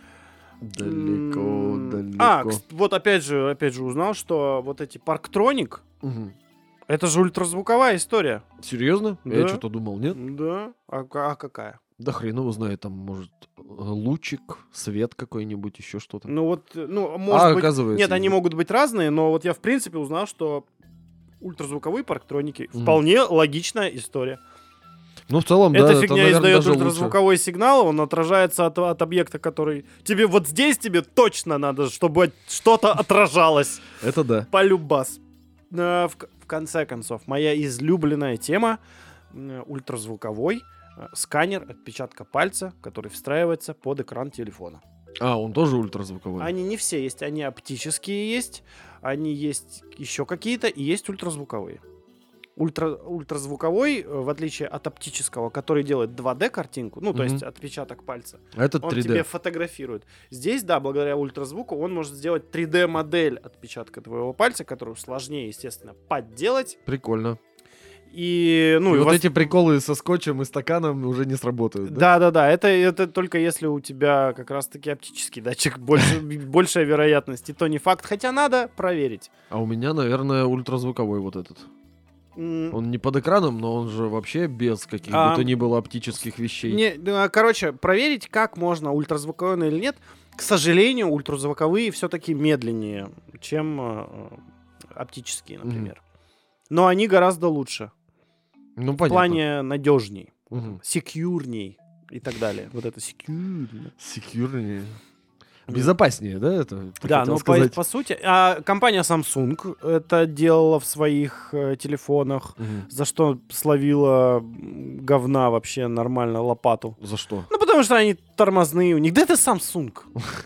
М, далеко. Вот опять же узнал, что вот эти Parktronic, Мгм. это же ультразвуковая история. Серьезно? Да. Я что-то думал, нет? Да. А какая? Да хрен его знает, там, может, лучик, свет какой-нибудь, еще что-то. Ну вот, может быть... оказывается. Нет, они есть. могут быть разные, но вот я в принципе узнал, что ультразвуковые парктроники Мгм. вполне логичная история. Ну, в целом, да, Эта это, фигня наверное, издает даже лучше. ультразвуковой сигнал, он отражается от объекта, который... Тебе вот здесь тебе точно надо, чтобы что-то отражалось. Это да. Полюбас. В конце концов, моя излюбленная тема ультразвуковой сканер отпечатка пальца, который встраивается под экран телефона. А, он тоже ультразвуковой. Они не все есть, они оптические есть, они есть еще какие-то, и есть ультразвуковые. Ультразвуковой, в отличие от оптического, который делает 2D картинку, ну, то Мгм. есть отпечаток пальца, А этот он 3D. тебе фотографирует. Здесь, да, благодаря ультразвуку он может сделать 3D-модель отпечатка твоего пальца, которую сложнее, естественно, подделать. Прикольно. И, ну, и и вот вас- эти приколы со скотчем и стаканом уже не сработают, да? Да-да-да, это только если у тебя как раз-таки оптический датчик, большая вероятность, и то не факт, хотя надо проверить. А у меня, наверное, ультразвуковой вот этот. Он не под экраном, но он же вообще без каких бы то ни было оптических вещей. Короче, проверить, как можно, ультразвуковой он или нет. К сожалению, ультразвуковые все-таки медленнее, чем оптические, например. Но они гораздо лучше. Ну, В понятно. плане надежней, Мгм. секьюрней и так далее. Вот это секьюр. Security. Безопаснее, да, это? ты Да, хотел ну сказать? по сути, компания Samsung это делала в своих телефонах, Мгм. за что словила говна вообще нормально лопату. За что? Ну, потому что они тормозные у них. Да это Samsung.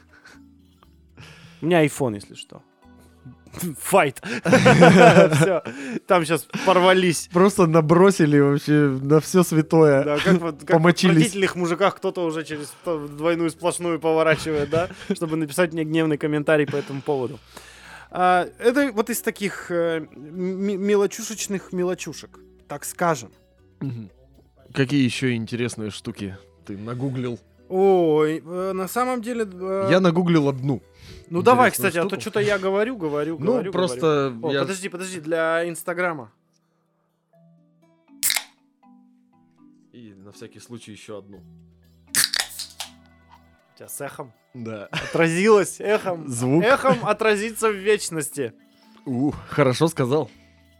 У меня iPhone, если что. Файт. Все. Там сейчас порвались. Просто набросили вообще на все святое. Да, как в Помочились. отвратительных мужиках кто-то уже через двойную сплошную поворачивает, да, чтобы написать мне гневный комментарий по этому поводу. Это вот из таких мелочушечных мелочушек, так скажем. Мгм. Какие еще интересные штуки ты нагуглил? Ой, на самом деле... Я нагуглил одну. Ну давай, интересную кстати, а то штуку. что-то я говорю. Ну, просто О, я... подожди, для Инстаграма. И на всякий случай еще одну. У тебя с эхом Да. отразилось, эхом. Звук. Эхом отразится в вечности. Хорошо сказал.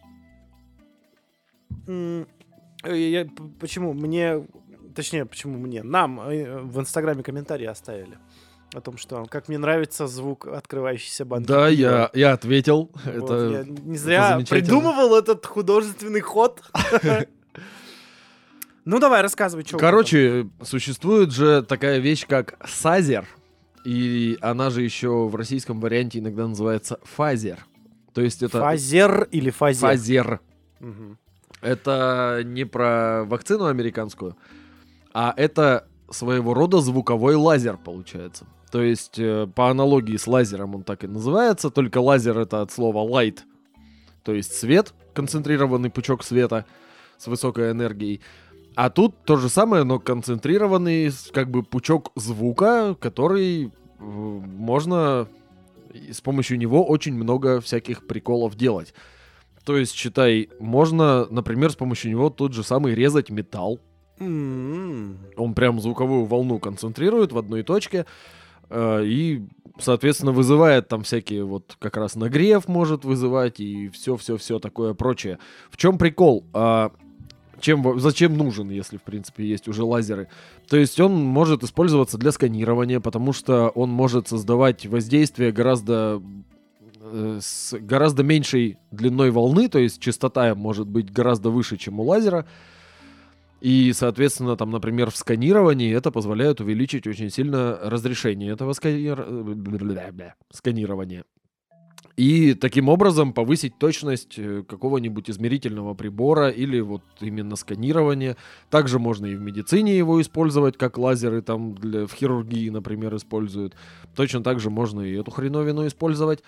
Почему мне... Точнее, почему мне? Нам в Инстаграме комментарии оставили. О том, что как мне нравится звук открывающейся банки. Да, пива. я ответил. Вот, Это... я не зря замечательно. придумывал этот художественный ход. Ну давай, рассказывай, что. Короче, существует же такая вещь, как сазер. И она же еще в российском варианте иногда называется фазер. То есть это... Фазер или фазер? Фазер. Мгм. Это не про вакцину американскую, а это своего рода звуковой лазер, получается. То есть, по аналогии с лазером он так и называется, только лазер — это от слова light, то есть свет, концентрированный пучок света с высокой энергией. А тут то же самое, но концентрированный как бы пучок звука, который можно с помощью него очень много всяких приколов делать. То есть, считай, можно, например, с помощью него тот же самый резать металл. М. Он прям звуковую волну концентрирует в одной точке и, соответственно, вызывает там всякие вот как раз нагрев может вызывать и все такое прочее. В чем прикол? Зачем нужен, если, в принципе, есть уже лазеры? То есть он может использоваться для сканирования, потому что он может создавать воздействие с гораздо меньшей длиной волны, то есть частота может быть гораздо выше, чем у лазера. И, соответственно, там, например, в сканировании это позволяет увеличить очень сильно разрешение этого сканирования. И таким образом повысить точность какого-нибудь измерительного прибора или вот именно сканирования. Также можно и в медицине его использовать, как лазеры там в хирургии, например, используют. Точно так же можно и эту хреновину использовать.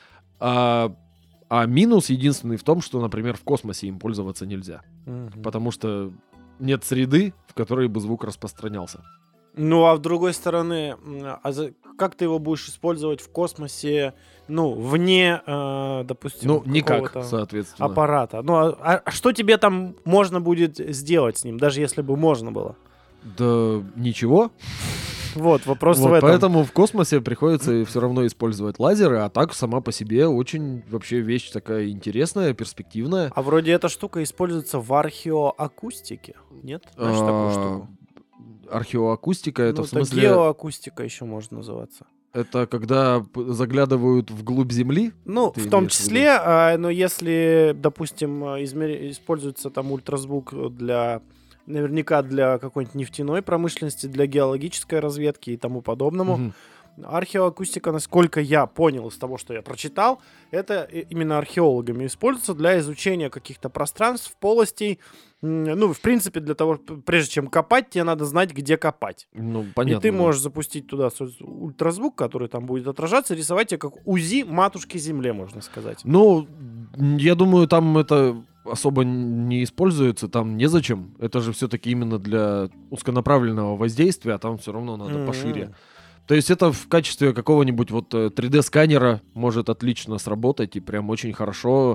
А минус единственный в том, что, например, в космосе им пользоваться нельзя. Мгм. Потому что нет среды, в которой бы звук распространялся. Ну, а с другой стороны, как ты его будешь использовать в космосе, ну, вне, допустим, Ну, никак, какого-то соответственно. аппарата? Ну, а что тебе там можно будет сделать с ним, даже если бы можно было? Да ничего. Вот, вопрос Вот, в этом. поэтому в космосе приходится все равно использовать лазеры, а так сама по себе очень вообще вещь такая интересная, перспективная. А вроде эта штука используется в археоакустике, нет? Знаешь такую штуку? Археоакустика, это Ну, в смысле... геоакустика еще можно называться. Это когда заглядывают вглубь Земли? Ну, Ты в том имеешь в виду? числе, но если, допустим, используется там ультразвук наверняка для какой-нибудь нефтяной промышленности, для геологической разведки и тому подобному. Мгм. Археоакустика, насколько я понял из того, что я прочитал, это именно археологами используется для изучения каких-то пространств, полостей. Ну, в принципе, для того, прежде чем копать, тебе надо знать, где копать. Ну, понятно. И ты да. можешь запустить туда ультразвук, который там будет отражаться, рисовать тебе как УЗИ матушки Земле, можно сказать. Ну, я думаю, там это особо не используется, там незачем. Это же все-таки именно для узконаправленного воздействия, а там все равно надо пошире. То есть это в качестве какого-нибудь вот 3D-сканера может отлично сработать и прям очень хорошо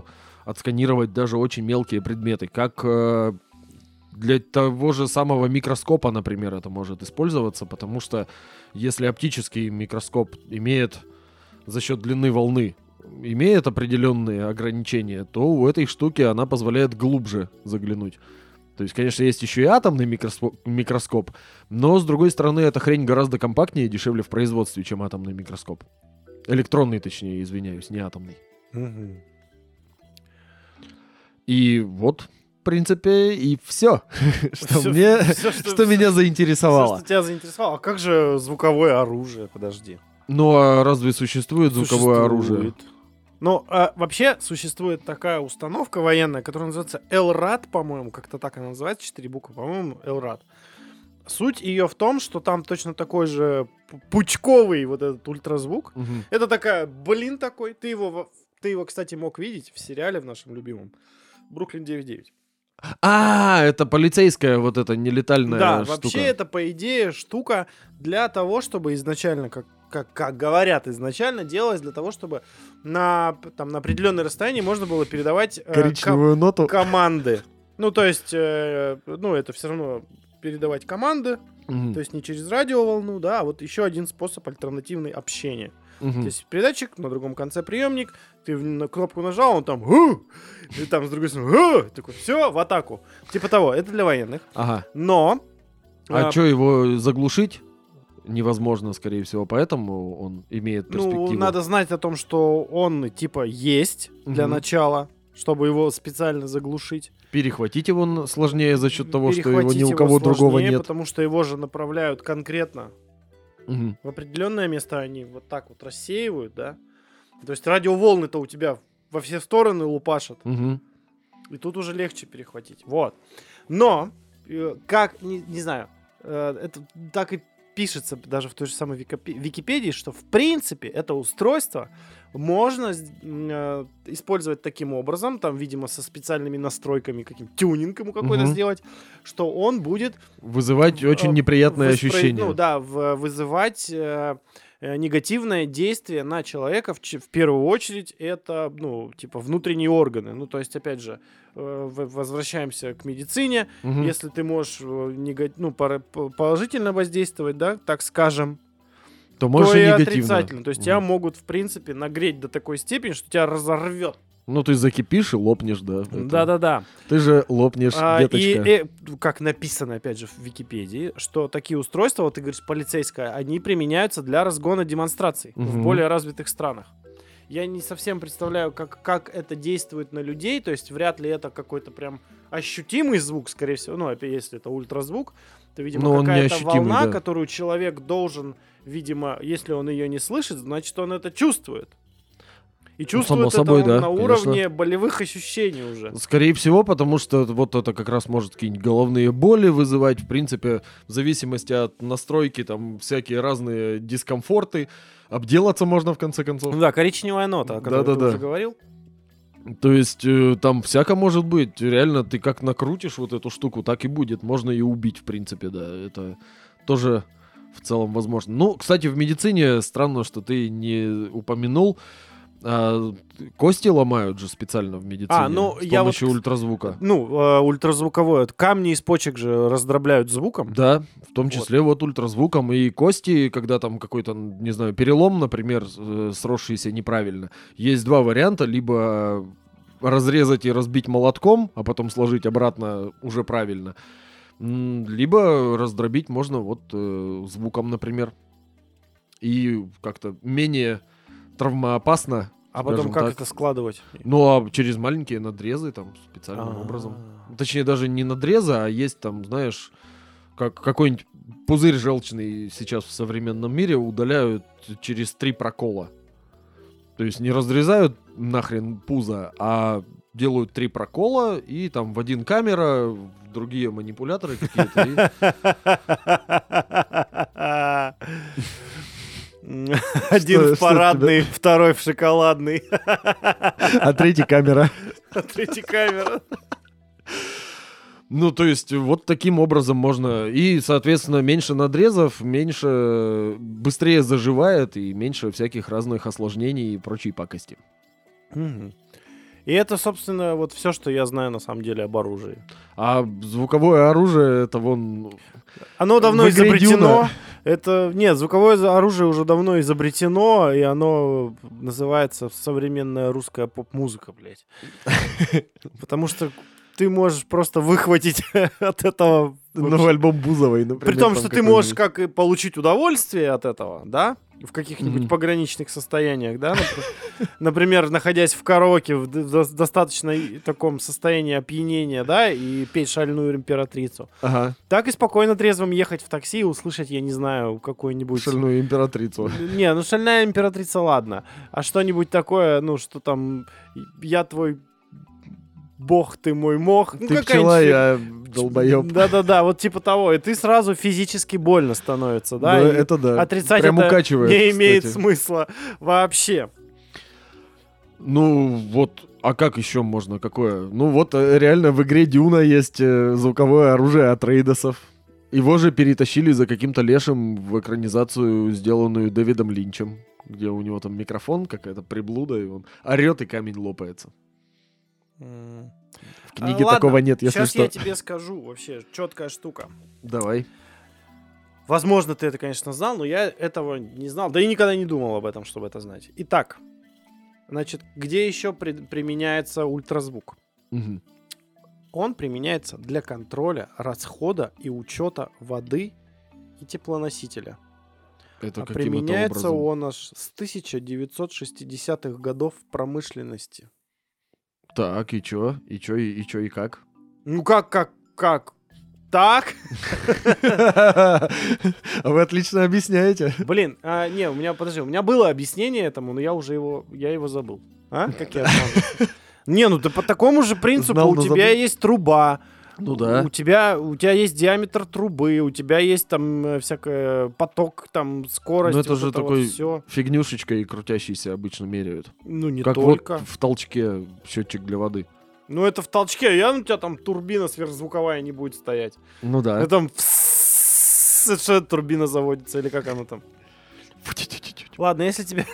отсканировать даже очень мелкие предметы, как для того же самого микроскопа, например, это может использоваться, потому что если оптический микроскоп имеет за счет длины волны имеет определенные ограничения, то у этой штуки она позволяет глубже заглянуть. То есть, конечно, есть еще и атомный микроскоп, но, с другой стороны, эта хрень гораздо компактнее и дешевле в производстве, чем атомный микроскоп. Электронный, точнее, извиняюсь, не атомный. Угу. И вот, в принципе, и все, что меня заинтересовало. Все, что тебя заинтересовало. А как же звуковое оружие? Подожди. Ну, а разве существует звуковое оружие? Ну, вообще существует такая установка военная, которая называется LRAD, по-моему, как-то так она называется, 4 буквы, по-моему, LRAD. Суть ее в том, что там точно такой же пучковый вот этот ультразвук. Угу. Это такая, такой, ты его, кстати, мог видеть в сериале в нашем любимом «Бруклин 9.9». Это полицейская вот эта нелетальная штука. Да, вообще это, по идее, штука для того, чтобы изначально, как говорят изначально, делалось для того, чтобы на определенное расстояние можно было передавать коричневую ноту команды. Ну, то есть, это все равно передавать команды, то есть не через радиоволну, да, а вот еще один способ альтернативный общения. То есть передатчик, на другом конце приемник, ты на кнопку нажал, он там и там с другой стороны такой, все, в атаку. Типа того, это для военных. Ага. Но... что, его заглушить невозможно, скорее всего, поэтому он имеет перспективу? Ну, надо знать о том, что он, типа, есть для начала, чтобы его специально заглушить. Перехватить его сложнее за счет того, что его ни у кого другого нет. Потому что его же направляют конкретно в определенное место, они вот так вот рассеивают, да. То есть радиоволны-то у тебя во все стороны лупашат. И тут уже легче перехватить. Вот. Но, как, не знаю, это так и пишется даже в той же самой Википедии, что в принципе это устройство можно использовать таким образом, там, видимо, со специальными настройками, каким-то тюнингом какой-то сделать, что он будет... Вызывать очень неприятные ощущения. Ну да, вызывать негативное действие на человека. В первую очередь это, внутренние органы. Ну, то есть, опять же, возвращаемся к медицине. Если ты можешь положительно воздействовать, да, так скажем, то можешь и негативно. Отрицательно. То есть тебя могут, в принципе, нагреть до такой степени, что тебя разорвет. Ну, ты закипишь и лопнешь, да. Да-да-да. Ты же лопнешь, деточка. И, как написано, опять же, в Википедии, что такие устройства, вот ты говоришь, полицейское, они применяются для разгона демонстраций в более развитых странах. Я не совсем представляю, как это действует на людей, то есть вряд ли это какой-то прям ощутимый звук, скорее всего, если это ультразвук, то, видимо, какая-то волна, которую человек должен, видимо, если он ее не слышит, значит, он это чувствует. И чувствует собой, это он да, на уровне болевых ощущений уже. Скорее всего, потому что вот это как раз может какие-нибудь головные боли вызывать. В принципе, в зависимости от настройки, там всякие разные дискомфорты. Обделаться можно, в конце концов. Да, коричневая нота, о которой ты уже говорил. То есть там всяко может быть. Реально, ты как накрутишь вот эту штуку, так и будет. Можно и убить, в принципе, да. Это тоже в целом возможно. Ну, кстати, в медицине странно, что ты не упомянул. Кости ломают же специально в медицине с помощью ультразвука. Ультразвуковое. Камни из почек же раздробляют звуком. Да, в том числе вот ультразвуком. И кости, когда там какой-то, не знаю, перелом, например, сросшийся неправильно. Есть два варианта. Либо разрезать и разбить молотком, а потом сложить обратно уже правильно. Либо раздробить можно вот звуком, например. И как-то менее травмоопасно. А потом как это складывать? Через маленькие надрезы там специальным образом. Точнее, даже не надрезы, а есть там, знаешь, как какой-нибудь пузырь желчный сейчас в современном мире удаляют через 3 прокола. То есть не разрезают нахрен пузо, а делают 3 прокола, и там в один камера, в другие манипуляторы какие-то. Один в парадный, второй в шоколадный. А третий камера. Ну, то есть, вот таким образом можно. И, соответственно, меньше надрезов, быстрее заживает и меньше всяких разных осложнений и прочей пакости. И это, собственно, вот все, что я знаю на самом деле об оружии. А звуковое оружие, это вон... Оно давно в игре изобретено. Дюна. Нет, звуковое оружие уже давно изобретено, и оно называется современная русская поп-музыка, блядь. Потому что ты можешь просто выхватить от этого... Новый альбом Бузовой, например. При том, там что ты можешь какой-нибудь. как и получить удовольствие от этого, да, в каких-нибудь Мгм. пограничных состояниях, да, например, находясь в караоке в достаточно таком состоянии опьянения, да, и петь «Шальную императрицу», Ага, так и спокойно трезвым ехать в такси и услышать, я не знаю, какой-нибудь... шальную императрицу. Не, ну «Шальная императрица», ладно, а что-нибудь такое, ну, что там «Я твой бог, ты мой мох», ну, Ты какая-нибудь пчела, я долбоеб. Да-да-да, вот типа того. И ты сразу физически больно становится, да? Да, И это да. отрицать Прям это укачивает, не имеет кстати. смысла вообще. Ну, вот, а как еще можно, какое? Ну, вот реально в игре Дюна есть звуковое оружие от Рейдосов. Его же перетащили за каким-то лешим в экранизацию, сделанную Дэвидом Линчем, где у него там микрофон, какая-то приблуда, и он орет, и камень лопается. В книге Ладно, такого нет, если сейчас что. я тебе скажу вообще четкая штука. Давай. Возможно, ты это, конечно, знал, но я этого не знал. Да и никогда не думал об этом, чтобы это знать. Итак, значит, где еще применяется ультразвук? Мгм. Он применяется для контроля расхода и учета воды и теплоносителя. Это А каким это применяется образом? он аж с 1960-х годов в промышленности. Так, и чё? И чё, и чё, и как? Ну как? Так? А вы отлично объясняете. Блин, не, у меня было объяснение этому, но я его забыл. А? Как я знал? Не, ну да по такому же принципу Знал, у но тебя забыл. есть труба. Ну да. У тебя есть диаметр трубы, у тебя есть там всякое поток, там скорость. Ну это вот же вот такой все. фигнюшечкой крутящийся обычно меряют. Ну не Как только. вот в толчке счетчик для воды. Ну это в толчке, у тебя там турбина сверхзвуковая не будет стоять. Ну да. Ну там что турбина заводится или как она там. Ладно, если тебе...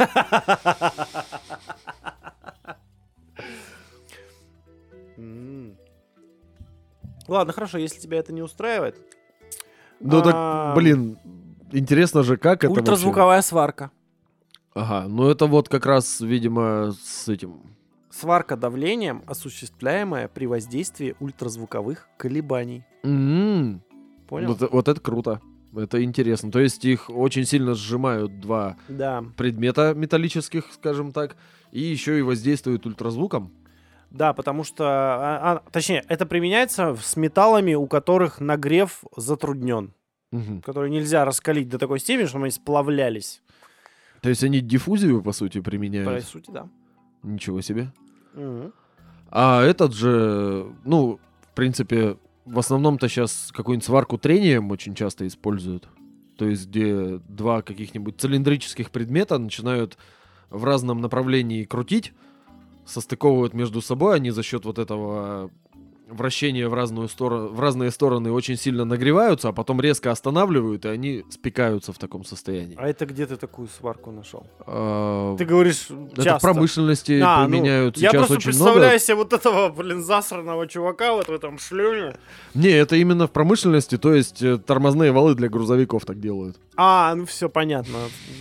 Ладно, хорошо, если тебя это не устраивает. Ну так, блин, интересно же, как это вообще? Ультразвуковая сварка. Ага, ну это вот как раз, видимо, с этим... Сварка давлением, осуществляемая при воздействии ультразвуковых колебаний. М. Понял? Вот это круто. Это интересно. То есть их очень сильно сжимают два Да. предмета металлических, скажем так, и еще и воздействуют ультразвуком. Да, потому что... точнее, это применяется с металлами, у которых нагрев затруднен. Мгм. Которые нельзя раскалить до такой степени, чтобы они сплавлялись. То есть они диффузию, по сути, По применяют? сути, да. Ничего себе. Мгм. А этот же, ну, в принципе, в основном-то сейчас какую-нибудь сварку трением очень часто используют. То есть где два каких-нибудь цилиндрических предмета начинают в разном направлении крутить, состыковывают между собой, они за счет вот этого вращения в разные стороны очень сильно нагреваются, а потом резко останавливают, и они спекаются в таком состоянии. А это где ты такую сварку нашел? А, Ты говоришь это часто. в промышленности Ну, применяют я сейчас просто очень представляю много. себе вот этого, блин, засранного чувака вот в этом шлеме. Не, это именно в промышленности, то есть тормозные валы для грузовиков так делают. Ну все понятно.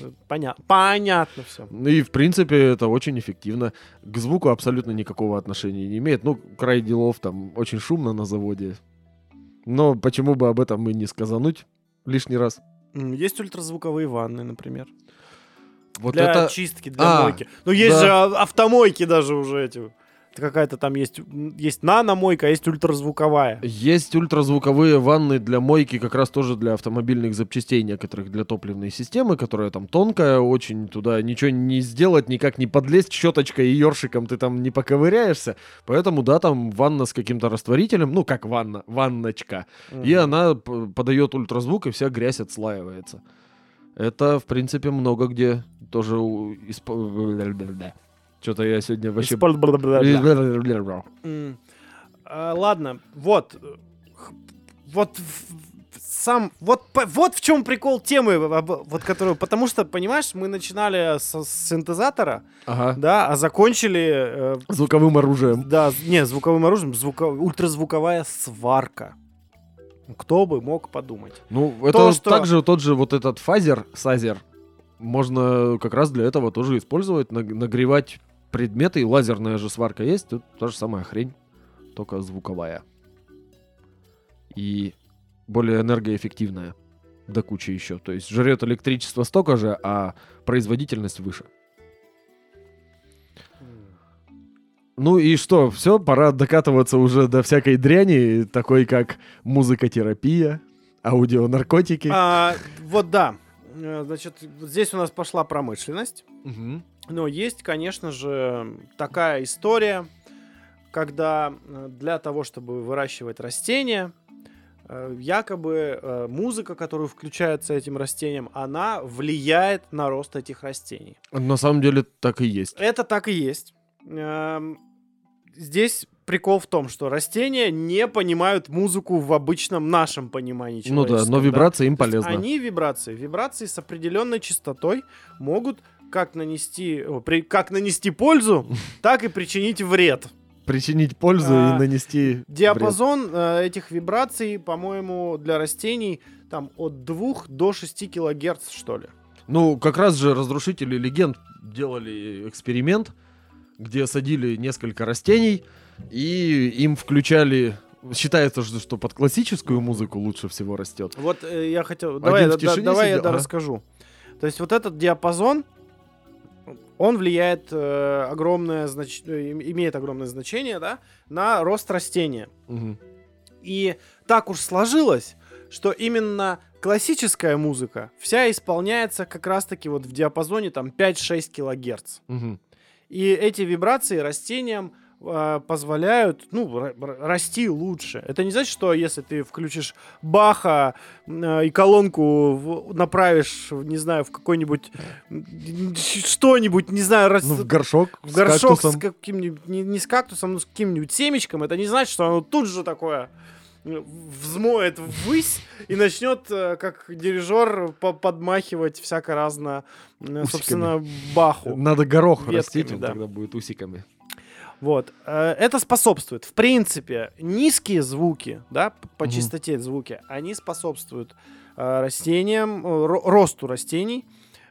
Понятно все. И, в принципе, это очень эффективно. К звуку абсолютно никакого отношения не имеет. Ну, край делов, там очень шумно на заводе. Но почему бы об этом и не сказануть лишний раз? Есть ультразвуковые ванны, например. Вот Для это... чистки, для мойки. Ну, есть да. же автомойки даже уже эти. Какая-то там есть наномойка, а есть ультразвуковая. Есть ультразвуковые ванны для мойки, как раз тоже для автомобильных запчастей некоторых, для топливной системы, которая там тонкая, очень туда ничего не сделать, никак не подлезть щеточкой и ёршиком ты там не поковыряешься. Поэтому, да, там ванна с каким-то растворителем, ну, как ванночка. И она подает ультразвук, и вся грязь отслаивается. Это, в принципе, много где тоже... Что-то я сегодня вообще... Ладно, вот. вот в чем прикол темы, вот которую, потому что, понимаешь, мы начинали с синтезатора, да, а закончили... звуковым оружием. Да, не, звуковым оружием, ультразвуковая сварка. Кто бы мог подумать. Ну, это также тот же вот этот сазер, можно как раз для этого тоже использовать, нагревать предметы, и лазерная же сварка есть, тут та же самая хрень, только звуковая. И более энергоэффективная до кучи еще. То есть жрет электричество столько же, а производительность выше. Ну и что, все, пора докатываться уже до всякой дряни, такой как музыкотерапия, аудионаркотики. Вот да. Значит, здесь у нас пошла промышленность. Угу. Но есть, конечно же, такая история, когда для того, чтобы выращивать растения, якобы музыка, которая включается этим растением, она влияет на рост этих растений. На самом деле так и есть. Это так и есть. Здесь прикол в том, что растения не понимают музыку в обычном нашем понимании человеческом. Ну да, но вибрации им полезны. Они вибрации с определенной частотой могут как нанести пользу, так и причинить вред. Причинить пользу и нанести диапазон этих вибраций, по-моему, для растений там от 2 до 6 килогерц, что ли. Ну, как раз же разрушители легенд делали эксперимент, где садили несколько растений, и им включали... Считается, что под классическую музыку лучше всего растет. Вот я хотел... Давай я расскажу. То есть вот этот диапазон, он влияет имеет огромное значение, да, на рост растения. Угу. И так уж сложилось, что именно классическая музыка вся исполняется как раз-таки вот в диапазоне там 5-6 килогерц. Угу. И эти вибрации растениям позволяют, расти лучше. Это не значит, что если ты включишь Баха и колонку направишь, не знаю, в какой-нибудь что-нибудь, не знаю, в горшок с каким-нибудь, не с кактусом, но с каким-нибудь семечком, это не значит, что оно тут же такое взмоет ввысь и начнет, как дирижер, подмахивать всяко разно, собственно, Баху. Надо горох ветками, растить, он да. тогда будет усиками. Вот. Это способствует. В принципе, низкие звуки, да, по частоте звуки, они способствуют растениям, росту растений.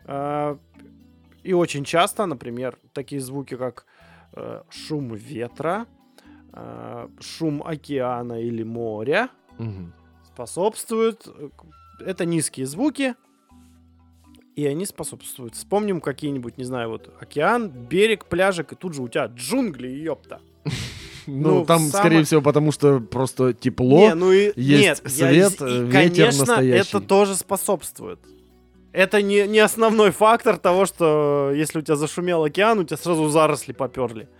И очень часто, например, такие звуки, как шум ветра, шум океана или моря, способствуют. Это низкие звуки, и они способствуют. Вспомним какие-нибудь, не знаю, вот океан, берег, пляжик, и тут же у тебя джунгли, ёпта. Ну, там, скорее всего, потому что просто тепло, есть свет, ветер настоящий. Конечно, это тоже способствует. Это не основной фактор того, что если у тебя зашумел океан, у тебя сразу заросли поперли.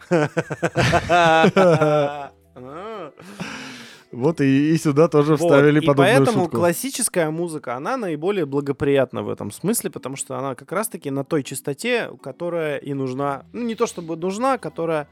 Вот и сюда тоже вставили подобную шутку. И поэтому классическая музыка, она наиболее благоприятна в этом смысле, потому что она как раз-таки на той частоте, которая и нужна, ну не то чтобы нужна, которая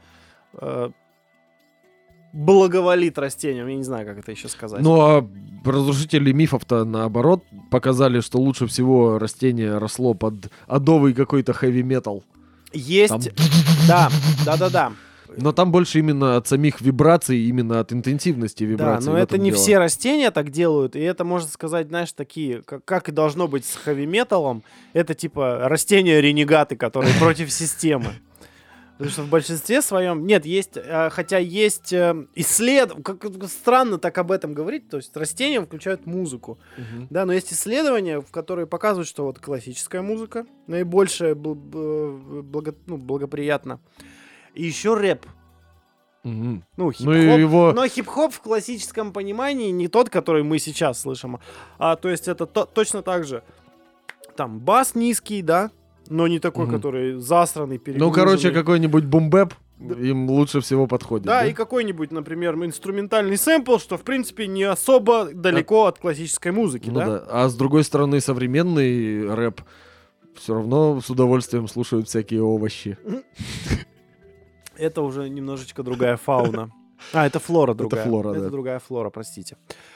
благоволит растениям, я не знаю, как это еще сказать. Ну а разрушители мифов-то наоборот показали, что лучше всего растение росло под адовый какой-то хэви-метал. Есть, да. Но там больше именно от самих вибраций, именно от интенсивности вибраций. Да, но это не все растения так делают, и это, можно сказать, знаешь, такие, как и должно быть с хэви-металом, это типа растения-ренегаты, которые против системы. Потому что в большинстве своем... Нет, есть... Хотя есть исследования... Как странно так об этом говорить. То есть растения включают музыку. Да, но есть исследования, в которые показывают, что вот классическая музыка наибольшая благоприятна. И еще рэп. Ну, хип-хоп. Но хип-хоп в классическом понимании не тот, который мы сейчас слышим. То есть это точно так же. Там бас низкий, да? Но не такой, который засранный, перегруженный. Ну, короче, какой-нибудь бум-бэп им лучше всего подходит. Да, и какой-нибудь, например, инструментальный сэмпл, что, в принципе, не особо далеко от классической музыки, да? А с другой стороны, современный рэп все равно с удовольствием слушают всякие овощи. Это уже немножечко другая фауна. Это флора другая. Это флора, Это да. другая флора, простите.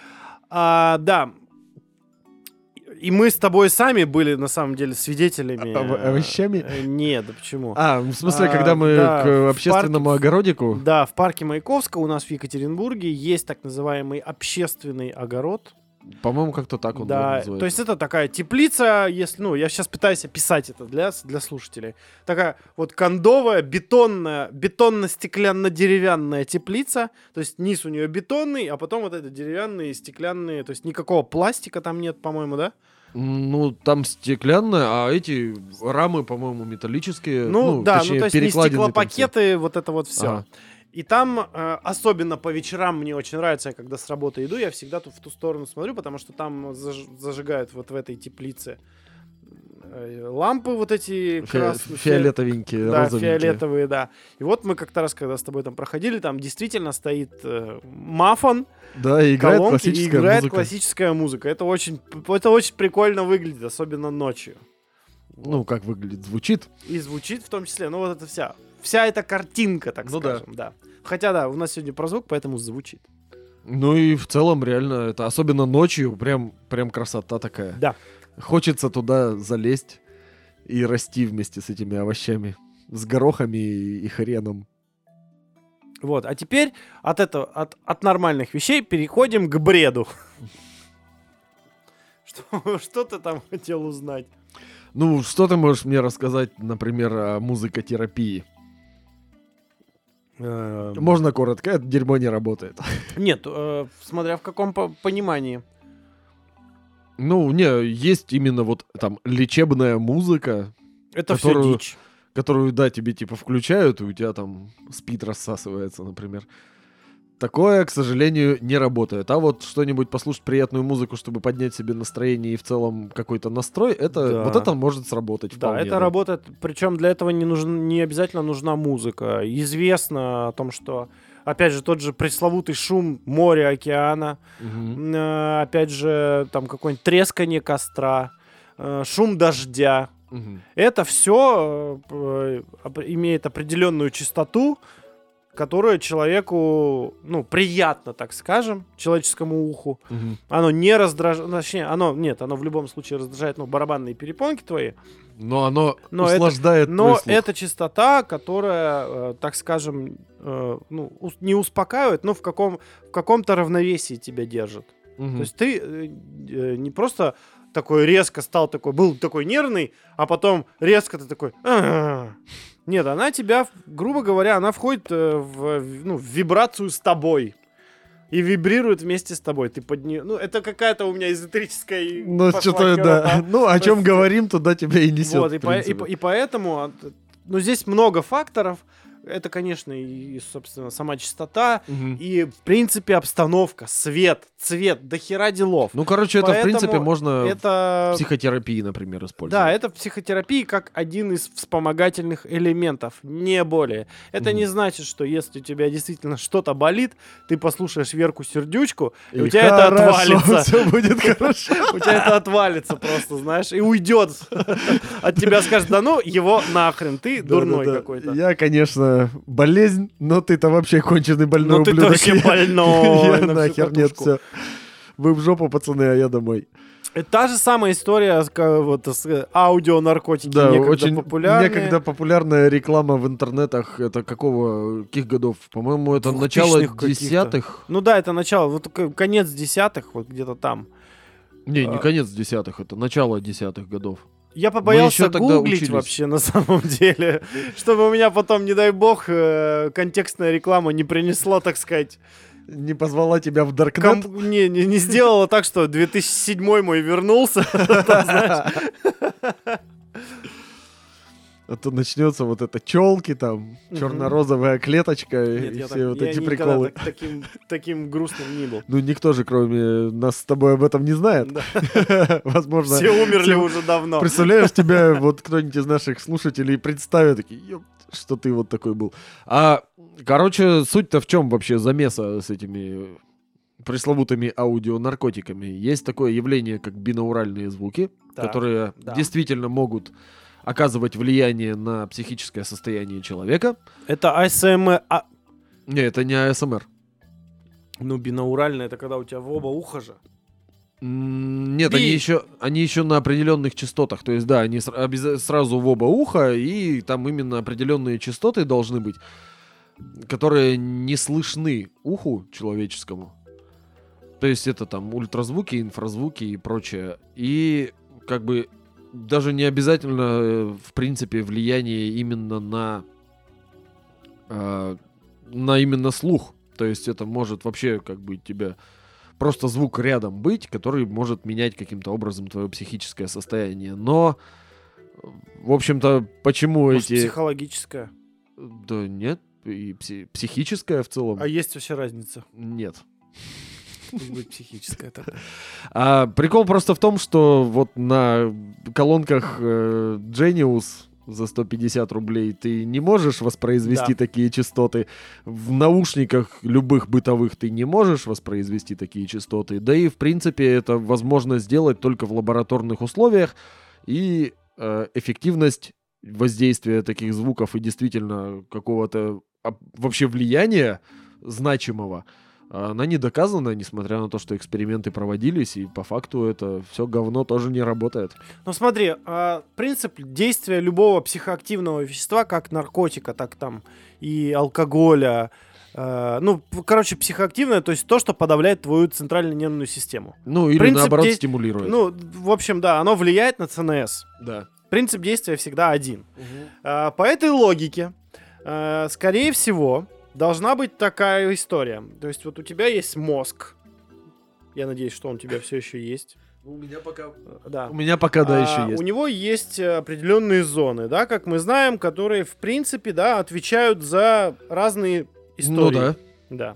Да. И мы с тобой сами были, на самом деле, свидетелями. Овощами? Нет, да почему? В смысле, когда мы да, к общественному огородику? Да, в парке Маяковского у нас в Екатеринбурге есть так называемый общественный огород. По-моему, как-то так он Да, называется. то есть это такая теплица, если, я сейчас пытаюсь описать это для слушателей. Такая вот кондовая, бетонно-стеклянно-деревянная теплица, то есть низ у нее бетонный, а потом вот это деревянные, стеклянные, то есть никакого пластика там нет, по-моему, да? Там стеклянная, а эти рамы, по-моему, металлические. Точнее, то есть не перекладины стеклопакеты, вот это вот все. Ага. И там, особенно по вечерам, мне очень нравится, я когда с работы иду, я всегда в ту сторону смотрю, потому что там зажигают вот в этой теплице лампы вот эти красные. Фиолетовенькие, да, розовенькие. фиолетовые, да. И вот мы как-то раз, когда с тобой там проходили, там действительно стоит мафон, да, и играет колонки, и играет музыка. классическая музыка. Это очень прикольно выглядит, особенно ночью. Как выглядит, звучит. И звучит в том числе, вот это вся эта картинка, так скажем, да. Хотя, да, у нас сегодня про звук, поэтому звучит. И в целом, реально, это особенно ночью, прям красота такая. Да. Хочется туда залезть и расти вместе с этими овощами. С горохами и хреном. Вот, а теперь от нормальных вещей переходим к бреду. Что ты там хотел узнать? Что ты можешь мне рассказать, например, о музыкотерапии? Можно коротко, это дерьмо не работает. Нет, смотря в каком понимании. Есть именно вот там лечебная музыка. Это все дичь. Которую, да, тебе типа включают, и у тебя там спид рассасывается, например. Такое, к сожалению, не работает. А вот что-нибудь послушать приятную музыку, чтобы поднять себе настроение и в целом какой-то настрой, вот это может сработать вполне. Да, это работает, причем для этого не обязательно нужна музыка. Известно о том, что, опять же, тот же пресловутый шум моря, океана, опять же, там какое-нибудь трескание костра, шум дождя. Это все имеет определенную частоту, которое человеку, приятно, так скажем, человеческому уху. Оно не раздражает, точнее, оно в любом случае раздражает, барабанные перепонки твои. Но оно услаждает твой слух. Но это частота, которая, так скажем, не успокаивает, но в каком-то равновесии тебя держит. То есть ты не просто такой резко был такой нервный, а потом резко ты такой... Нет, она тебя, грубо говоря, она входит в вибрацию с тобой. И вибрирует вместе с тобой. Ты под нее... это какая-то у меня эзотерическая... что-то, да. О чем говорим, туда тебя и несет. Вот, и поэтому... здесь много факторов. Это, конечно, и, собственно, сама частота, и, в принципе, обстановка, свет, цвет, дохера делов. Это, в принципе, можно в психотерапии, например, использовать. Да, это в психотерапии как один из вспомогательных элементов, не более. Это не значит, что если у тебя действительно что-то болит, ты послушаешь Верку Сердючку, и у тебя это отвалится. Все будет хорошо. У тебя это отвалится просто, знаешь, и уйдет. От тебя скажет, его нахрен, ты дурной какой-то. Я, конечно, болезнь, но ты-то вообще конченый больной ублюдок. Ну ты вообще больной. Я нахер, нет, все. Вы в жопу, пацаны, а я домой. Это та же самая история с аудионаркотики, да, некогда очень популярные. Некогда популярная реклама в интернетах. Это каких годов? По-моему, это начало десятых. Это начало, вот конец десятых, вот где-то там. Не конец десятых, это начало десятых годов. Я побоялся гуглить вообще на самом деле, чтобы у меня потом, не дай бог, контекстная реклама не принесла, так сказать. Не позвала тебя в Даркнет? Не сделала так, что 2007 мой вернулся. А то начнется вот это челки там, черно-розовая клеточка и все вот эти приколы. Таким грустным не был. Никто же, кроме нас с тобой, об этом не знает. Возможно. Все умерли уже давно. Представляешь, тебя вот кто-нибудь из наших слушателей представит, такие, что ты вот такой был. Суть-то в чем вообще замеса с этими пресловутыми аудионаркотиками? Есть такое явление, как бинауральные звуки, которые действительно могут оказывать влияние на психическое состояние человека. Это АСМР. Не, это не АСМР. Бинаурально, это когда у тебя в оба уха же. Нет, Би. они еще на определенных частотах. То есть, да, они сразу в оба уха, и там именно определенные частоты должны быть, которые не слышны уху человеческому. То есть это там ультразвуки, инфразвуки и прочее. И как бы даже не обязательно, в принципе, влияние именно на именно слух. То есть это может вообще как бы тебя... Просто звук рядом быть, который может менять каким-то образом твое психическое состояние. Но, в общем-то, почему Может, эти... психологическое. Да нет, и психическое в целом. А есть вообще разница? Нет. Пусть будет психическое тогда. А прикол просто в том, что вот на колонках Genius за 150 рублей ты не можешь воспроизвести такие частоты. В наушниках любых бытовых ты не можешь воспроизвести такие частоты. Да и, в принципе, это возможно сделать только в лабораторных условиях. И эффективность воздействия таких звуков и действительно какого-то вообще влияния значимого, она не доказана, несмотря на то, что эксперименты проводились, и по факту это все говно тоже не работает. Ну смотри, принцип действия любого психоактивного вещества, как наркотика, так там и алкоголя, психоактивное, то есть то, что подавляет твою центральную нервную систему. Ну, или принцип наоборот стимулирует. Ну, в общем, да, оно влияет на ЦНС. Да. Принцип действия всегда один. По этой логике, скорее всего, должна быть такая история. То есть вот у тебя есть мозг. Я надеюсь, что он у тебя все еще есть. У меня пока... Да. У меня пока, да, еще есть. У него есть определенные зоны, да, как мы знаем, которые, в принципе, да, отвечают за разные истории. Ну да. Да.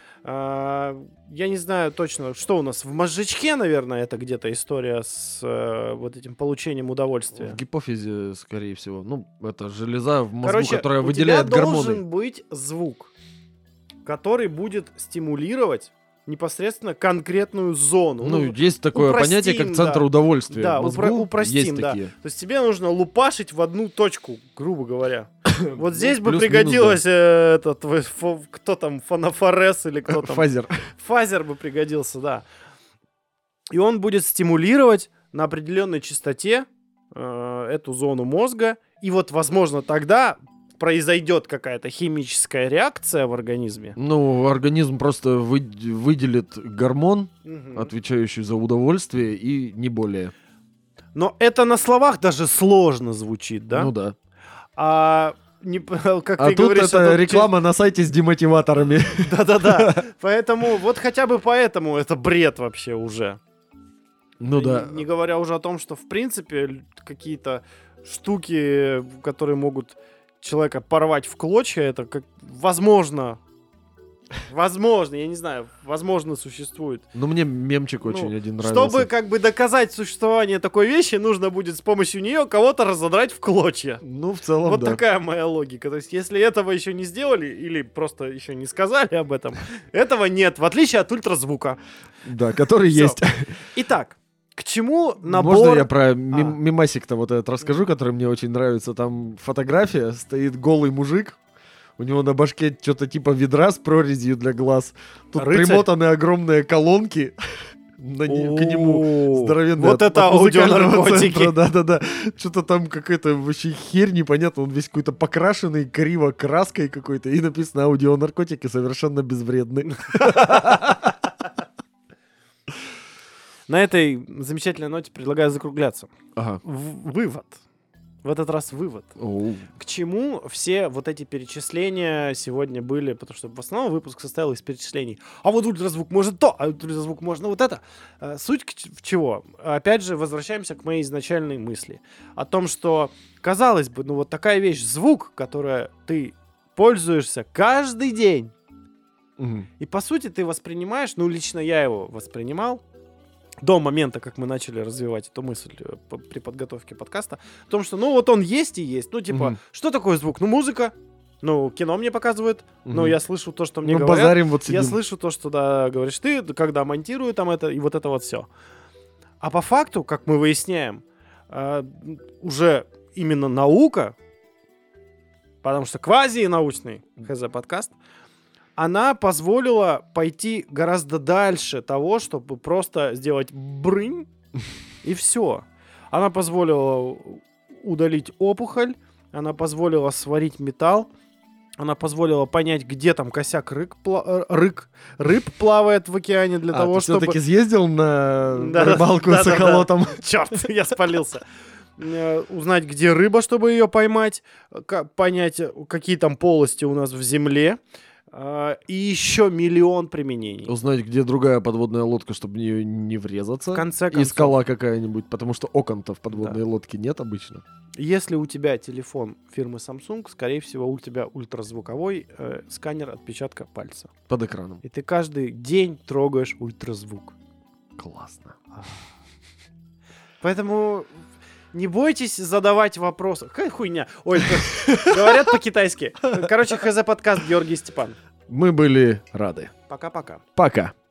Я не знаю точно, что у нас в мозжечке, наверное, это где-то история с вот этим получением удовольствия. В гипофизе, скорее всего. Ну, это железа в мозгу, Короче, которая у выделяет тебя гормоны. должен быть звук, который будет стимулировать непосредственно конкретную зону. Ну, есть такое упростим, понятие, как центр да. удовольствия. Да, В мозгу упростим, есть да. такие. То есть тебе нужно лупашить в одну точку, грубо говоря. Вот здесь бы плюс-минус, пригодилось этот, кто там, Фанафорес или кто там. Фазер. Фазер бы пригодился, да. И он будет стимулировать на определенной частоте эту зону мозга. И вот, возможно, тогда произойдет какая-то химическая реакция в организме. Ну, организм просто выделит гормон, отвечающий за удовольствие, и не более. Но это на словах даже сложно звучит, да? Ну да. Как А ты тут говоришь, это реклама на сайте с демотиваторами. Да-да-да. Поэтому, вот хотя бы поэтому это бред вообще уже. Ну да. Не говоря уже о том, что, в принципе, какие-то штуки, которые могут человека порвать в клочья, это как возможно, я не знаю, возможно существует. Ну, мне мемчик очень один нравился. Чтобы как бы доказать существование такой вещи, нужно будет с помощью нее кого-то разодрать в клочья. Ну, в целом, Вот да. такая моя логика. То есть, если этого еще не сделали, или просто еще не сказали об этом, этого нет, в отличие от ультразвука. Да, который Всё. есть. Итак, к чему набор... Можно я про мемасик-то вот этот расскажу, который мне очень нравится? Там фотография, стоит голый мужик, у него на башке что-то типа ведра с прорезью для глаз. Тут Рыцарь? примотаны огромные колонки к нему. Здоровенные. Вот это аудионаркотики. Да-да-да. Что-то там какая-то вообще херь непонятно. Он весь какой-то покрашенный криво краской какой-то. И написано аудионаркотики совершенно безвредны. На этой замечательной ноте предлагаю закругляться. Ага. Вывод. В этот раз вывод. Оу. К чему все вот эти перечисления сегодня были? Потому что в основном выпуск состоял из перечислений. А вот ультразвук может то, а ультразвук можно вот это. Суть в чего? Опять же, возвращаемся к моей изначальной мысли. О том, что, казалось бы, ну вот такая вещь, звук, которой ты пользуешься каждый день. Мгм. И по сути ты воспринимаешь, ну лично я его воспринимал, до момента, как мы начали развивать эту мысль при подготовке подкаста, о том, что, ну, вот он есть и есть. Ну, типа, Мгм. что такое звук? Ну, музыка. Ну, кино мне показывают. Ну, Мгм. я слышу то, что мне Ну, говорят. базарим вот Я сидим. слышу то, что, да, говоришь ты, когда монтирую там это, и вот это вот все. А по факту, как мы выясняем, уже именно наука, потому что квазинаучный ХЗ-подкаст, она позволила пойти гораздо дальше того, чтобы просто сделать брынь, и все. Она позволила удалить опухоль, она позволила сварить металл, она позволила понять, где там косяк рыб плавает в океане для того, ты чтобы... все-таки съездил на Да, рыбалку да, с да, эхолотом? Черт, я спалился. Узнать, где рыба, чтобы ее поймать, понять, какие там полости у нас в земле, и еще миллион применений. Узнать, где другая подводная лодка, чтобы в нее не врезаться. В конце И концов, скала какая-нибудь, потому что окон-то в подводной лодке нет обычно. если у тебя телефон фирмы Samsung, скорее всего, у тебя ультразвуковой сканер отпечатка пальца. Под экраном. И ты каждый день трогаешь ультразвук. Классно. Поэтому не бойтесь задавать вопросы. Какая хуйня? Ой, говорят по-китайски. Короче, ХЗ подкаст, Георгий Степан. Мы были рады. Пока-пока. Пока.